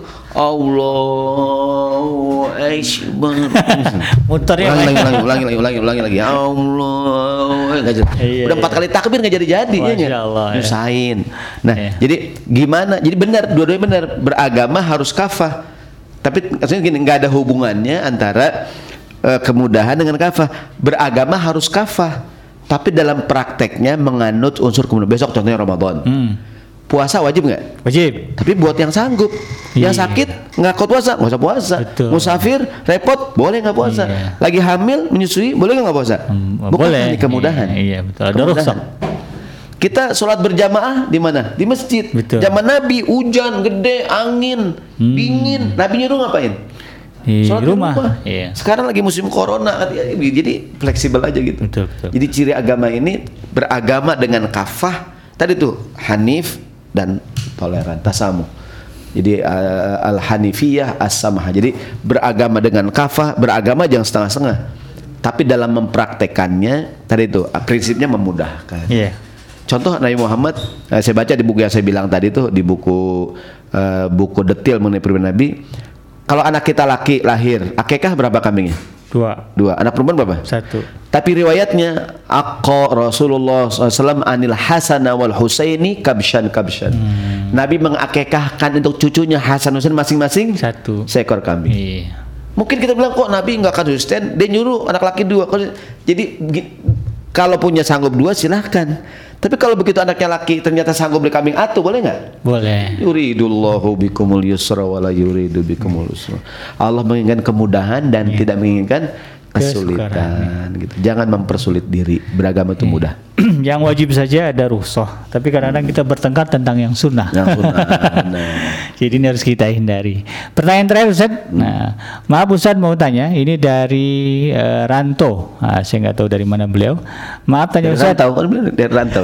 S1: Allahu Akbar.
S2: Muternya
S1: ulangi lagi. Allah. Udah 4 kali takbir nggak jadi-jadi ya. Nyusahin. Nah, jadi gimana? Jadi benar, dua-duanya benar. Beragama harus kafah. Tapi maksudnya gini, nggak ada hubungannya antara kemudahan dengan kafah. Beragama harus kafah, tapi dalam prakteknya menganut unsur kemudahan. Besok contohnya Ramadan. Puasa wajib nggak?
S2: Wajib.
S1: Tapi buat yang sanggup, yang sakit nggak kuat puasa, nggak usah puasa.
S2: Betul.
S1: Musafir repot, boleh nggak puasa. Lagi hamil, menyusui, boleh nggak puasa?
S2: Boleh.
S1: Kemudahan.
S2: Iya betul. Ada rukhsah.
S1: Kita sholat berjamaah di mana? Di masjid.
S2: Betul.
S1: Zaman Nabi hujan gede, angin, dingin. Nabi nyuruh ngapain?
S2: Di
S1: sholat
S2: rumah.
S1: Di rumah.
S2: Iya.
S1: Sekarang lagi musim corona, jadi fleksibel aja gitu.
S2: Betul.
S1: Jadi ciri agama ini beragama dengan kafah. Tadi tuh Hanif dan toleran, tasamuh. Jadi al-hanifiyah as-samah. Jadi beragama dengan kafah, beragama jangan setengah-setengah. Tapi dalam mempraktekannya tadi itu prinsipnya memudahkan. Contoh Nabi Muhammad, saya baca di buku yang saya bilang tadi tuh, di buku detail mengenai pribadi Nabi. Kalau anak kita laki lahir, akikah berapa kambingnya? 2. Anak perempuan berapa?
S2: 1.
S1: Tapi riwayatnya Rasulullah SAW anil Hasan wal Husaini kabshan. Nabi mengakekahkan untuk cucunya Hasan Husain masing-masing
S2: Satu.
S1: seekor kambing.
S2: Iya.
S1: Mungkin kita bilang kok Nabi nggak konsisten, dia nyuruh anak laki 2. Jadi kalau punya sanggup 2 silahkan. Tapi kalau begitu anaknya laki ternyata sanggup beli kambing atu, boleh nggak?
S2: Boleh.
S1: Yuridullahu bikumul yusra wala yuridu bikumul usra. Allah menginginkan kemudahan dan tidak menginginkan kesulitan gitu. Jangan mempersulit diri. Beragama itu mudah.
S2: Yang wajib saja ada rukhsah, tapi kadang-kadang kita bertengkar tentang yang sunnah.
S1: Yang sunnah.
S2: Jadi ini harus kita hindari. Pertanyaan terakhir Ustaz. Nah, maaf Ustaz mau tanya, ini dari Ranto. Saya nggak tahu dari mana beliau. Maaf tanya Ustaz.
S1: Dari Rantau.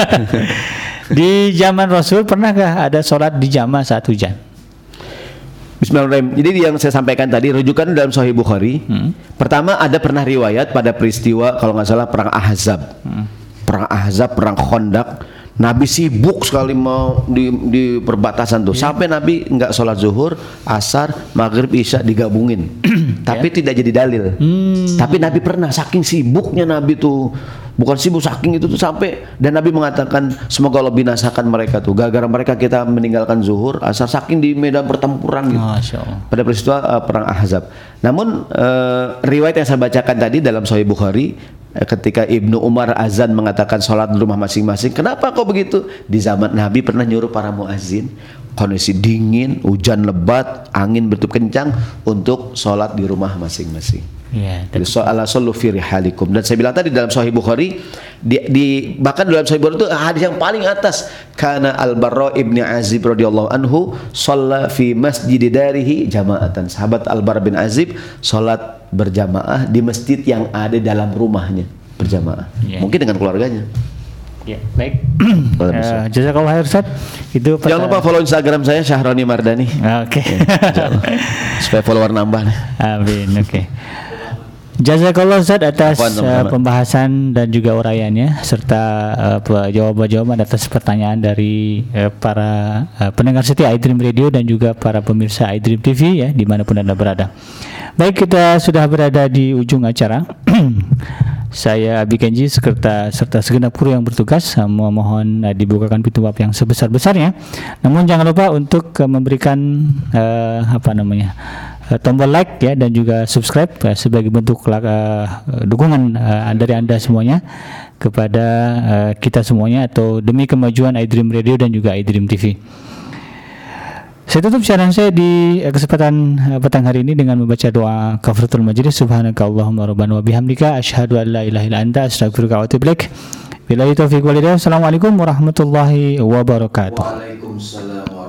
S2: Di zaman Rasul pernahkah ada sholat di jamaah saat hujan?
S1: Bismillahirrahmanirrahim. Jadi yang saya sampaikan tadi rujukan dalam Sahih Bukhari. Pertama ada pernah riwayat pada peristiwa kalau nggak salah perang Ahzab. Perang Ahzab, perang Khandaq. Nabi sibuk sekali mau di perbatasan tuh. Sampai Nabi nggak sholat zuhur, asar, maghrib, isya digabungin. Tapi tidak jadi dalil. Tapi Nabi pernah saking sibuknya Nabi tuh. Bukan sibuk saking itu tuh sampai dan Nabi mengatakan semoga Allah binasakan mereka tuh. Gara-gara mereka kita meninggalkan zuhur, asar saking di medan pertempuran gitu.
S2: Masya Allah.
S1: Pada peristiwa perang Ahzab. Namun riwayat yang saya bacakan tadi dalam Sahih Bukhari ketika Ibnu Umar azan mengatakan sholat di rumah masing-masing. Kenapa kok begitu? Di zaman Nabi pernah nyuruh para muazzin kondisi dingin, hujan lebat, angin bertiup kencang untuk sholat di rumah masing-masing.
S2: Ya,
S1: Ala sallu fi rihalikum. Dan saya bilang tadi dalam Sahih Bukhari bahkan dalam Sahih Bukhari itu hadis yang paling atas karena Al-Barra ibni Azib radhiyallahu anhu shalla fi masjid darihi jama'atan. Sahabat Al-Barra bin Azib salat berjamaah di masjid yang ada dalam rumahnya berjamaah. Mungkin dengan keluarganya.
S2: Ya, baik. Jazakallah khair Ustaz. Itu
S1: jangan lupa follow Instagram saya Syahroni Mardani.
S2: Oke.
S1: Supaya follower nambah.
S2: Amin. Oke. Jazakallah Ustaz atas pembahasan dan juga uraiannya serta jawaban-jawaban atas pertanyaan dari para pendengar setia iDream Radio dan juga para pemirsa iDream TV ya dimanapun Anda berada. Baik, kita sudah berada di ujung acara. Saya Abi Kenji serta segenap kru yang bertugas mohon dibukakan pintu maaf yang sebesar-besarnya. Namun jangan lupa untuk memberikan tombol like ya dan juga subscribe sebagai bentuk dukungan dari Anda semuanya kepada kita semuanya atau demi kemajuan iDream Radio dan juga iDream TV. Saya tutup siaran saya di kesempatan petang hari ini dengan membaca doa kafaratul majlis. Subhanakallahumma rabbana wa bihamdika asyhadu an la ilaha illa anta astaghfiruka wa atubu ilaik. Billahi taufiq wal hidayah. Assalamualaikum warahmatullahi wabarakatuh.
S1: Waalaikumsalam.